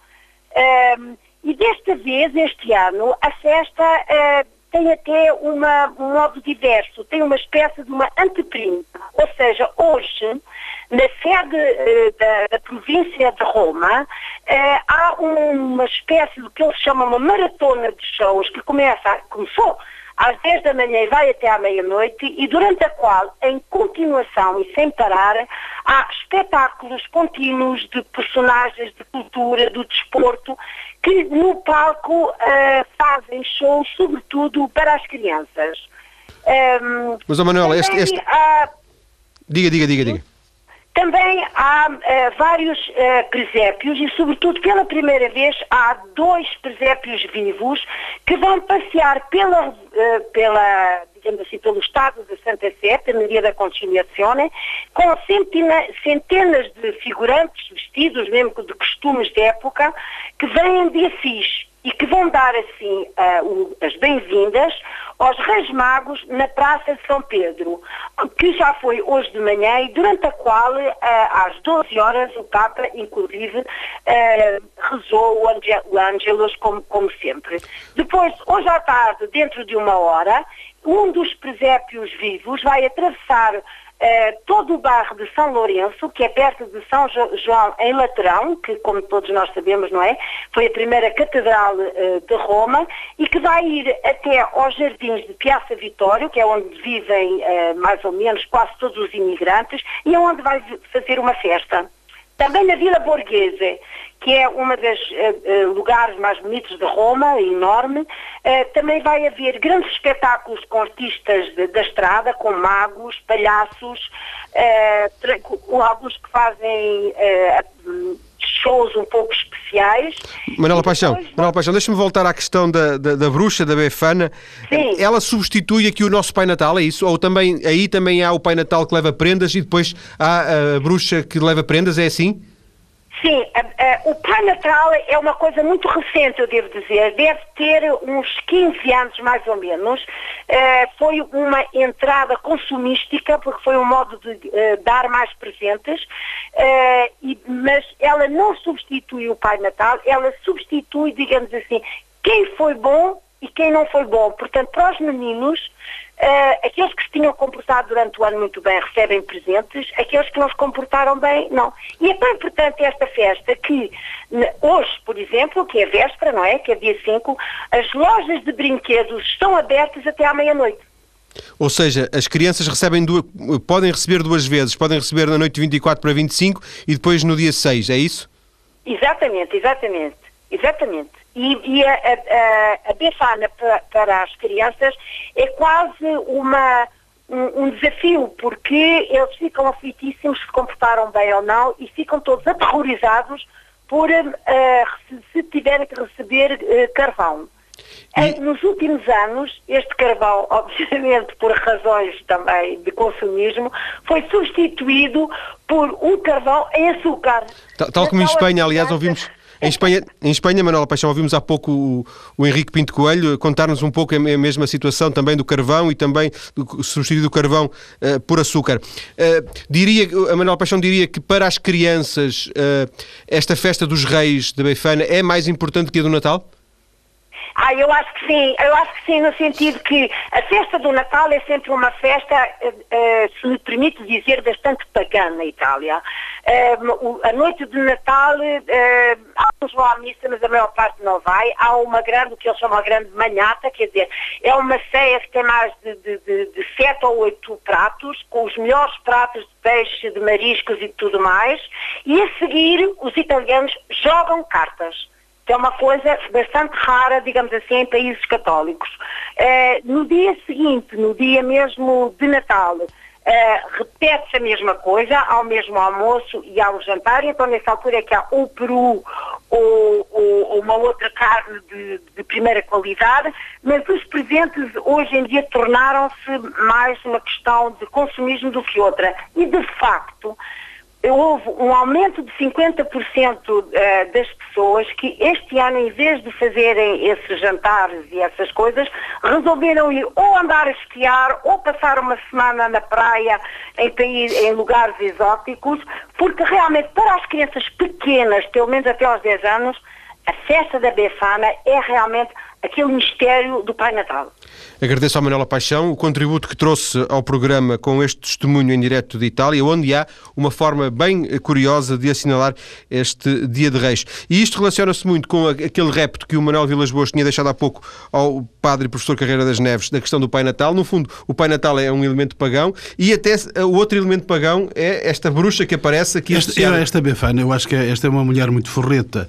E desta vez, este ano, a festa tem até um modo diverso, tem uma espécie de uma anteprima. Ou seja, hoje, na sede da província de Roma, há uma espécie do que eles chamam uma maratona de shows que começou às 10 da manhã e vai até à meia-noite, e durante a qual, em continuação e sem parar, há espetáculos contínuos de personagens de cultura, do desporto, que no palco fazem shows, sobretudo para as crianças. Mas, Manuela, Diga. Também há vários presépios e, sobretudo, pela primeira vez, há 2 presépios vivos que vão passear digamos assim, pelo estado de Santa Sé, no dia da Conciliazione, com centenas de figurantes vestidos, mesmo de costumes de época, que vêm de Assis e que vão dar, assim, as bem-vindas aos Reis Magos na Praça de São Pedro, que já foi hoje de manhã e durante a qual, às 12 horas, o Papa, inclusive, rezou o Ângelus, como sempre. Depois, hoje à tarde, dentro de 1 hora, um dos presépios vivos vai atravessar todo o bairro de São Lourenço, que é perto de São João em Laterão, que, como todos nós sabemos, não é? Foi a primeira catedral de Roma, e que vai ir até aos jardins de Piazza Vittorio, que é onde vivem mais ou menos quase todos os imigrantes, e é onde vai fazer uma festa. Também na Vila Borghese, que é um dos lugares mais bonitos de Roma, enorme, também vai haver grandes espetáculos com artistas da estrada, com magos, palhaços, alguns que fazem shows um pouco especiais. Manuela Paixão, deixa-me voltar à questão da bruxa, da Befana. Sim. Ela substitui aqui o nosso Pai Natal, é isso? Ou aí também há o Pai Natal que leva prendas e depois há a bruxa que leva prendas, é assim? Sim, o Pai Natal é uma coisa muito recente, eu devo dizer. Deve ter uns 15 anos, mais ou menos. Foi uma entrada consumística, porque foi um modo de dar mais presentes. Mas ela não substitui o Pai Natal, ela substitui, digamos assim, quem foi bom e quem não foi bom. Portanto, para os meninos, aqueles que se tinham comportado durante o ano muito bem recebem presentes, aqueles que não se comportaram bem, não. E é tão importante esta festa que hoje, por exemplo, que é véspera, não é? Que é dia 5, as lojas de brinquedos estão abertas até à meia-noite. Ou seja, as crianças podem receber 2 vezes, podem receber na noite de 24 para 25 e depois no dia 6, é isso? Exatamente. E a Befana para as crianças é quase um desafio, porque eles ficam aflitíssimos se comportaram bem ou não e ficam todos aterrorizados por se tiverem que receber carvão. Nos últimos anos, este carvão, obviamente por razões também de consumismo, foi substituído por um carvão em açúcar. Tal como em Espanha, aliás, ouvimos... Em Espanha, Manuela Paixão, ouvimos há pouco o Henrique Pinto Coelho contar-nos um pouco a mesma situação também do carvão e também substituir o carvão por açúcar. A Manuela Paixão diria que para as crianças esta festa dos Reis da Befana é mais importante que a do Natal? Eu acho que sim, no sentido que a festa do Natal é sempre uma festa, se me permite dizer, bastante pagã na Itália. A noite de Natal, alguns vão à missa, mas a maior parte não vai. Há uma grande, o que eles chamam a grande manhata, quer dizer, é uma ceia que tem mais de 7 ou 8 pratos, com os melhores pratos de peixe, de mariscos e tudo mais, e a seguir os italianos jogam cartas. É uma coisa bastante rara, digamos assim, em países católicos. No dia seguinte, no dia mesmo de Natal, repete-se a mesma coisa, ao mesmo almoço e ao jantar, então nessa altura é que há ou peru ou uma outra carne de primeira qualidade, mas os presentes hoje em dia tornaram-se mais uma questão de consumismo do que outra. E de facto, houve um aumento de 50% das pessoas que este ano, em vez de fazerem esses jantares e essas coisas, resolveram ir ou andar a esquiar ou passar uma semana na praia em lugares exóticos, porque realmente para as crianças pequenas, pelo menos até aos 10 anos, a festa da Befana é realmente aquele mistério do Pai Natal. Agradeço à Manuela Paixão o contributo que trouxe ao programa com este testemunho em direto de Itália, onde há uma forma bem curiosa de assinalar este Dia de Reis. E isto relaciona-se muito com aquele repto que o Manuel Vilas Boas tinha deixado há pouco ao padre e professor Carreira das Neves, da questão do Pai Natal. No fundo, o Pai Natal é um elemento pagão e até o outro elemento pagão é esta bruxa que aparece aqui. Esta Befana, eu acho que esta é uma mulher muito forreta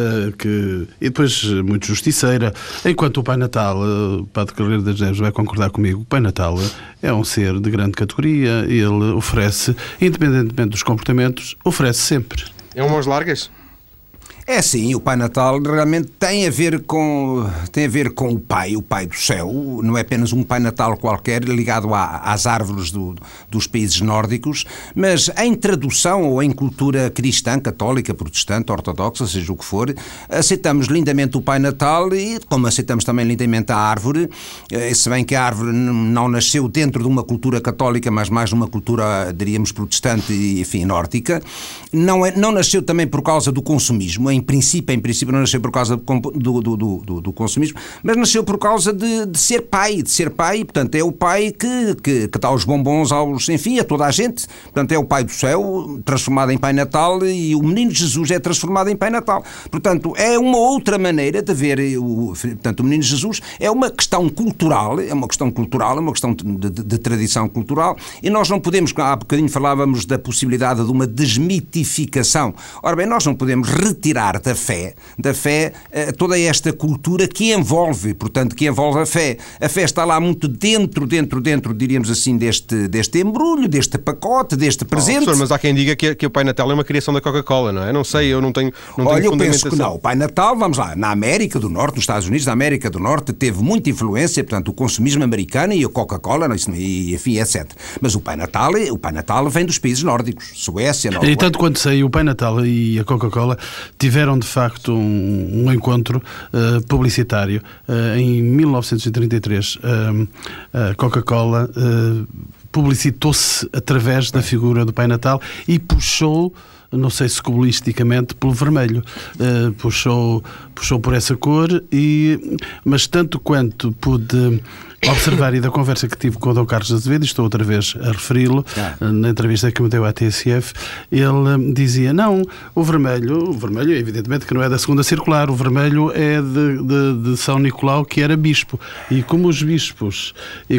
e depois muito justiceira, enquanto o Pai Natal, o padre Carreira das Neves vai concordar comigo, o Pai Natal é um ser de grande categoria, ele oferece, independentemente dos comportamentos, oferece sempre. É um mãos largas? É sim, o Pai Natal realmente tem a ver com o Pai do céu. Não é apenas um Pai Natal qualquer ligado às árvores dos países nórdicos, mas em tradução ou em cultura cristã, católica, protestante, ortodoxa, seja o que for, aceitamos lindamente o Pai Natal e como aceitamos também lindamente a árvore, se bem que a árvore não nasceu dentro de uma cultura católica, mas mais uma cultura, diríamos, protestante e, enfim, nórdica, não nasceu também por causa do consumismo. Em princípio não nasceu por causa do consumismo, mas nasceu por causa de ser pai, portanto é o pai que dá os bombons a toda a gente, portanto é o Pai do céu transformado em Pai Natal e o menino Jesus é transformado em Pai Natal, portanto é uma outra maneira de ver, portanto o menino Jesus é uma questão cultural, é uma questão de tradição cultural e nós não podemos, há bocadinho falávamos da possibilidade de uma desmitificação, ora bem, nós não podemos retirar da fé toda esta cultura que envolve a fé. A fé está lá muito dentro, diríamos assim, deste embrulho, deste pacote, deste presente. Professor, mas há quem diga que o Pai Natal é uma criação da Coca-Cola, não é? Não sei, eu não tenho Olha, eu penso que não. O Pai Natal, vamos lá, na América do Norte, nos Estados Unidos da América do Norte, teve muita influência, portanto, o consumismo americano e a Coca-Cola, e enfim, etc. Mas o Pai Natal vem dos países nórdicos, Suécia, Noruega. E tanto quanto sei, o Pai Natal e a Coca-Cola tiveram de facto um encontro publicitário. Em 1933, a Coca-Cola publicitou-se através da figura do Pai Natal e puxou não sei se cabalísticamente, pelo vermelho. Puxou por essa cor, mas tanto quanto pude observar e da conversa que tive com o Dom Carlos Azevedo, estou outra vez a referi-lo, na entrevista que me deu à TSF, ele dizia, não, o vermelho evidentemente que não é da segunda circular, o vermelho é de São Nicolau, que era bispo, e como os bispos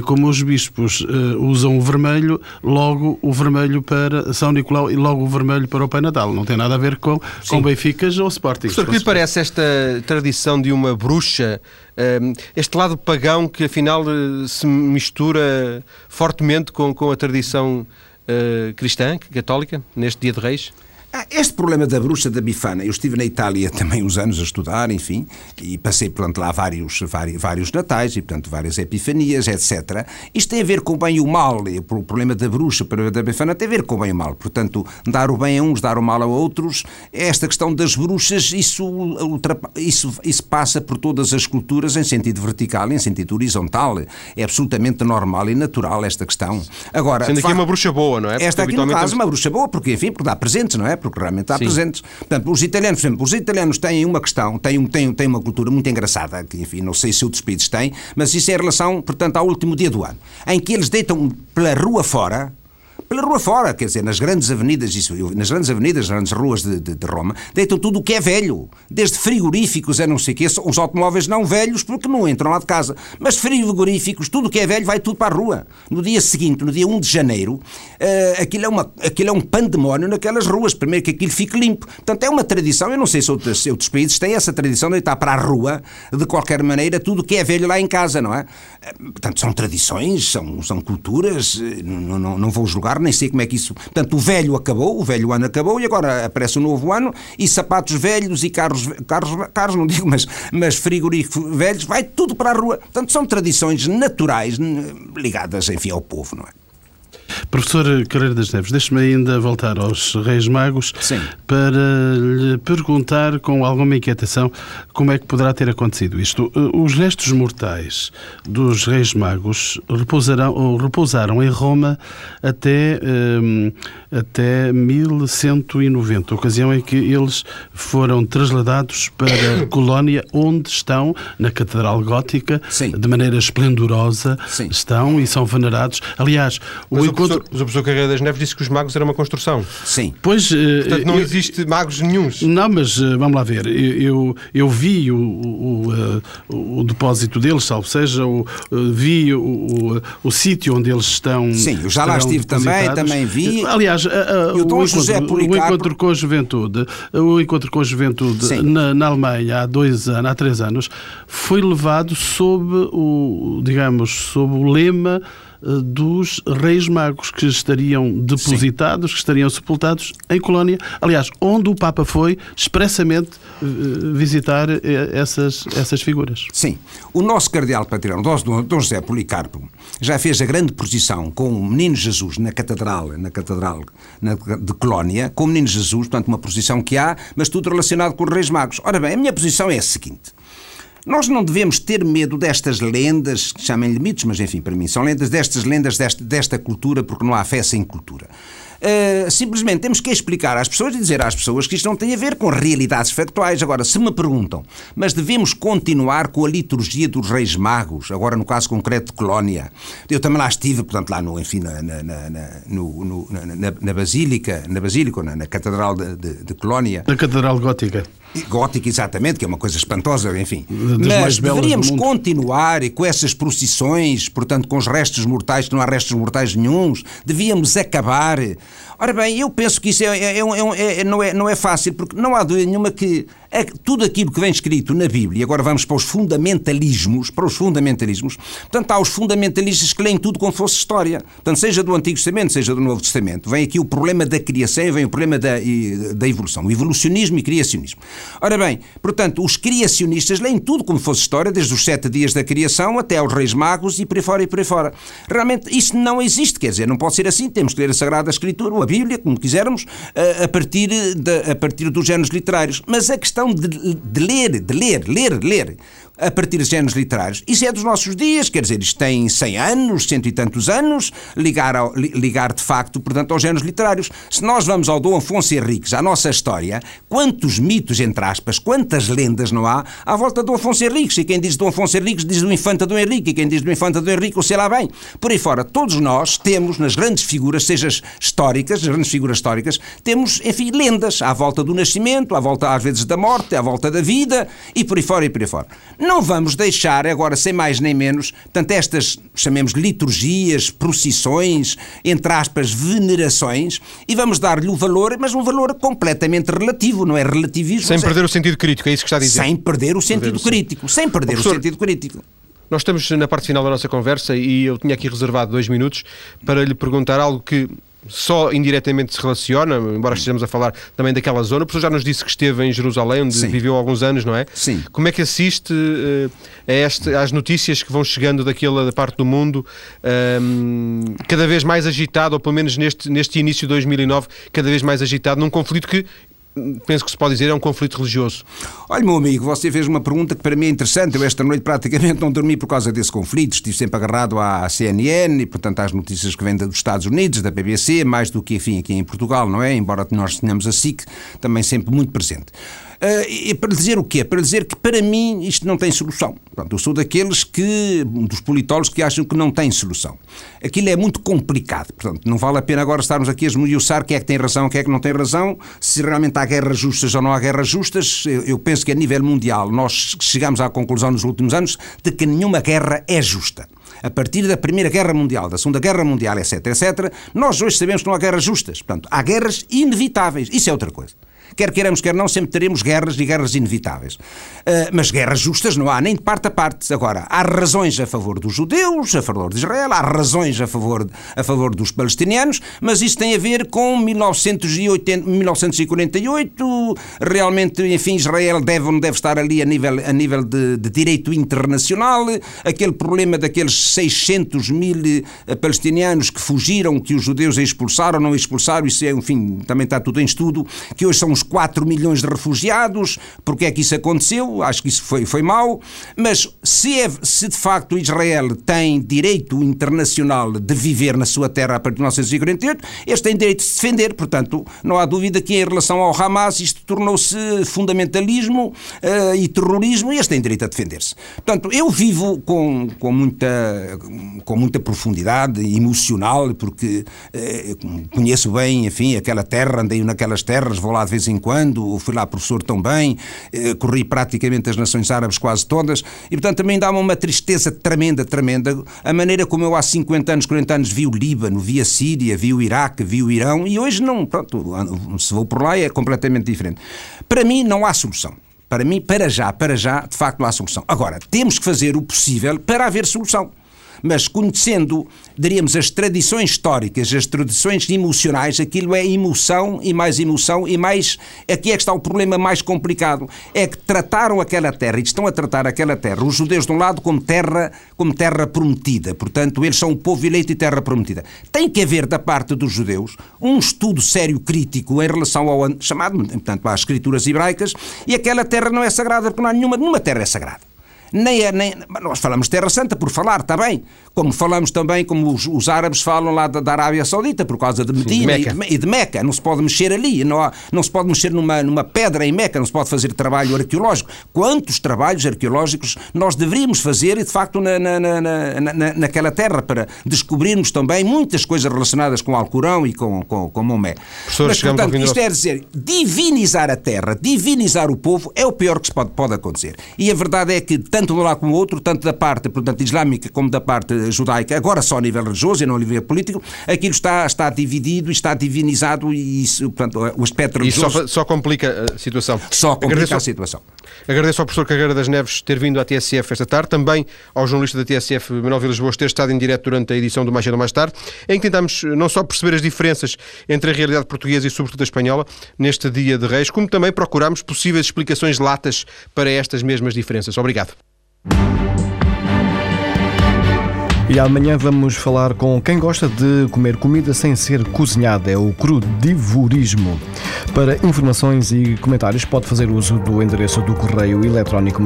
usam o vermelho, logo o vermelho para São Nicolau e logo o vermelho para o Pai Natal, não tem nada a ver com Benficas ou Sporting. Professor, que lhe parece esta tradição de uma bruxa, este lado pagão que afinal se mistura fortemente com a tradição cristã, católica, neste Dia de Reis? Este problema da bruxa da Befana, eu estive na Itália também uns anos a estudar, enfim, e passei, portanto, lá vários natais e, portanto, várias epifanias, etc. Isto tem a ver com o bem e o mal. O problema da bruxa da Befana tem a ver com o bem e o mal. Portanto, dar o bem a uns, dar o mal a outros. Esta questão das bruxas, isso passa por todas as culturas em sentido vertical, em sentido horizontal. É absolutamente normal e natural esta questão. Agora, sendo aqui uma bruxa boa, não é? Esta aqui, no caso, uma bruxa boa, porque dá presentes, não é? Porque realmente há presentes. Portanto, os italianos têm uma questão, têm uma cultura muito engraçada, que, enfim, não sei se outros países têm, mas isso é em relação, portanto, ao último dia do ano, em que eles deitam pela rua fora, quer dizer, nas grandes avenidas, nas grandes ruas de Roma, deitam tudo o que é velho, desde frigoríficos a não sei o quê, os automóveis não velhos porque não entram lá de casa, mas frigoríficos, tudo o que é velho vai tudo para a rua. No dia seguinte, no dia 1 de janeiro, aquilo é um pandemónio naquelas ruas, primeiro que aquilo fique limpo. Portanto, é uma tradição, eu não sei se outros países têm essa tradição de deitar para a rua, de qualquer maneira, tudo o que é velho lá em casa, não é? Portanto, são tradições, são culturas, não vou julgar, nem sei como é que isso... Portanto, o velho ano acabou e agora aparece um novo ano e sapatos velhos e carros não digo, mas frigoríficos velhos, vai tudo para a rua. Portanto, são tradições naturais ligadas, enfim, ao povo, não é? Professor Carreira das Neves, deixe-me ainda voltar aos Reis Magos. Sim. Para lhe perguntar com alguma inquietação como é que poderá ter acontecido isto. Os restos mortais dos Reis Magos repousaram em Roma até 1190, ocasião em que eles foram trasladados para Colónia, onde estão, na Catedral Gótica, Sim. de maneira esplendorosa. Sim. Estão e são venerados. Aliás, mas o professor Carreira das Neves disse que os magos eram uma construção. Sim. Pois, portanto, não existe magos nenhuns. Não, mas vamos lá ver. Eu vi o depósito deles, salvo seja, vi o sítio onde eles estão. Sim, eu já lá estive também vi. Aliás, o encontro com a juventude na Alemanha há 3 anos foi levado sob o lema dos Reis Magos, que estariam depositados, que estariam sepultados em Colónia. Aliás, onde o Papa foi expressamente visitar essas figuras. Sim. O nosso cardeal patriarca, Dom José Policarpo, já fez a grande procissão com o Menino Jesus na Catedral de Colónia, com o Menino Jesus, portanto, uma procissão que há, mas tudo relacionado com os Reis Magos. Ora bem, a minha posição é a seguinte. Nós não devemos ter medo destas lendas, que chamem-lhe mitos, mas enfim, para mim são lendas, desta cultura, porque não há fé sem cultura. Simplesmente temos que explicar às pessoas e dizer às pessoas que isto não tem a ver com realidades factuais. Agora, se me perguntam, mas devemos continuar com a liturgia dos Reis Magos, agora no caso concreto de Colónia. Eu também lá estive, portanto, lá na Basílica, na Catedral de Colónia. Na Catedral Gótica. Gótica, exatamente, que é uma coisa espantosa, enfim. Mas deveríamos continuar com essas procissões, portanto, com os restos mortais, que não há restos mortais nenhuns, devíamos acabar. Ora bem, eu penso que isso não é fácil, porque não há dúvida nenhuma que tudo aquilo que vem escrito na Bíblia, agora vamos para os fundamentalismos, portanto, há os fundamentalistas que leem tudo como fosse história, portanto, seja do Antigo Testamento, seja do Novo Testamento. Vem aqui o problema da criação e vem o problema da evolução, o evolucionismo e criacionismo. Ora bem, portanto, os criacionistas leem tudo como fosse história, desde os 7 dias da criação até aos Reis Magos e por aí fora. Realmente, isso não existe, quer dizer, não pode ser assim, temos que ler a Sagrada Escritura, ou a Bíblia, como quisermos, a partir dos géneros literários. Mas a questão de ler, a partir de géneros literários. Isso é dos nossos dias, quer dizer, isto tem 100 anos, 100 e tantos anos, ligar de facto, portanto, aos géneros literários. Se nós vamos ao Dom Afonso Henriques, à nossa história, quantos mitos, entre aspas, quantas lendas não há à volta do Dom Afonso Henriques? E quem diz Dom Afonso Henriques diz do Infante Dom Henrique, e quem diz do Infante Dom Henrique, ou sei lá bem. Por aí fora, todos nós temos nas grandes figuras, seja históricas, nas grandes figuras históricas, temos, enfim, lendas à volta do nascimento, à volta às vezes da morte, à volta da vida, e por aí fora, e por aí fora. Não vamos deixar, agora, sem mais nem menos, portanto, estas, chamemos de liturgias, procissões, entre aspas, venerações, e vamos dar-lhe o valor, mas um valor completamente relativo, não é relativismo. Sem perder o sentido crítico, é isso que está a dizer? Sem perder o sentido crítico, sem perder o sentido crítico. Nós estamos na parte final da nossa conversa e eu tinha aqui reservado 2 minutos para lhe perguntar algo que só indiretamente se relaciona, embora estejamos a falar também daquela zona. O professor já nos disse que esteve em Jerusalém, onde viveu há alguns anos, não é? Sim. Como é que assiste às notícias que vão chegando daquela parte do mundo, cada vez mais agitado, ou pelo menos neste início de 2009, cada vez mais agitado, num conflito que penso que se pode dizer é um conflito religioso? Olha, meu amigo, você fez uma pergunta que para mim é interessante. Eu esta noite praticamente não dormi por causa desse conflito. Estive sempre agarrado à CNN e, portanto, às notícias que vêm dos Estados Unidos, da BBC, mais do que, enfim, aqui em Portugal, não é? Embora nós tenhamos a SIC também sempre muito presente. E para dizer o quê? Para dizer que para mim isto não tem solução. Pronto, eu sou dos politólogos que acham que não tem solução. Aquilo é muito complicado. Portanto, não vale a pena agora estarmos aqui a esmiuçar quem é que tem razão, quem é que não tem razão, se realmente há guerras justas ou não há guerras justas. Eu penso que a nível mundial nós chegamos à conclusão nos últimos anos de que nenhuma guerra é justa. A partir da Primeira Guerra Mundial, da Segunda Guerra Mundial, etc., nós hoje sabemos que não há guerras justas. Portanto, há guerras inevitáveis. Isso é outra coisa. Quer queiramos, quer não, sempre teremos guerras e guerras inevitáveis. Mas guerras justas não há, nem de parte a parte. Agora, há razões a favor dos judeus, a favor de Israel, há razões a favor dos palestinianos, mas isso tem a ver com 1948, realmente, enfim, Israel deve ou não deve estar ali a nível de direito internacional, aquele problema daqueles 600 mil palestinianos que fugiram, que os judeus expulsaram ou não expulsaram, isso é, enfim, também está tudo em estudo, que hoje são uns 4 milhões de refugiados. Porque é que isso aconteceu? Acho que isso foi mau, mas se de facto Israel tem direito internacional de viver na sua terra a partir de 1948, eles têm direito de se defender. Portanto, não há dúvida que em relação ao Hamas isto tornou-se fundamentalismo e terrorismo, e eles têm direito a defender-se. Portanto, eu vivo com muita profundidade emocional, porque conheço bem, enfim, aquela terra, andei naquelas terras, vou lá de vez em quando, fui lá professor também, corri praticamente as nações árabes quase todas, e portanto também dá-me uma tristeza tremenda, a maneira como eu há 50 anos, 40 anos vi o Líbano, vi a Síria, vi o Iraque, vi o Irão, e hoje não, pronto, se vou por lá é completamente diferente. Para mim não há solução. Para mim, para já, de facto não há solução. Agora, temos que fazer o possível para haver solução. Mas conhecendo, diríamos, as tradições históricas, as tradições emocionais, aquilo é emoção, e mais aqui é que está o problema mais complicado, é que trataram aquela terra, e estão a tratar aquela terra, os judeus de um lado como terra prometida, portanto eles são o povo eleito e terra prometida. Tem que haver da parte dos judeus um estudo sério, crítico, em relação ao chamado, portanto, às escrituras hebraicas, e aquela terra não é sagrada, porque não há nenhuma terra é sagrada. Nós falamos Terra Santa por falar, está bem, como falamos também, como os árabes falam lá da Arábia Saudita, por causa de Medina e de Meca. Não se pode mexer ali, não se pode mexer numa pedra em Meca, não se pode fazer trabalho arqueológico. Quantos trabalhos arqueológicos nós deveríamos fazer, e de facto naquela terra, para descobrirmos também muitas coisas relacionadas com o Alcorão e com Maomé. Mas, portanto, isto é dizer, divinizar a terra, divinizar o povo, é o pior que pode acontecer. E a verdade é que tanto de um lado como do outro, tanto da parte, portanto, islâmica como da parte judaica, agora só a nível religioso e não a nível político, aquilo está dividido e está divinizado, e isso, portanto, o aspecto religioso... E só complica a situação. Só complica a situação. Agradeço ao professor Carreira das Neves ter vindo à TSF esta tarde, também ao jornalista da TSF, Manuel Vilas Boas, ter estado em direto durante a edição do Mais Cedo ou Mais Tarde, em que tentamos não só perceber as diferenças entre a realidade portuguesa e sobretudo a espanhola neste Dia de Reis, como também procuramos possíveis explicações latas para estas mesmas diferenças. Obrigado. E amanhã vamos falar com quem gosta de comer comida sem ser cozinhada, é o crudivorismo. Para informações e comentários pode fazer uso do endereço do correio eletrónico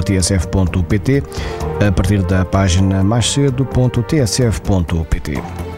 maiscedo@tsf.pt a partir da página maiscedo.tsf.pt.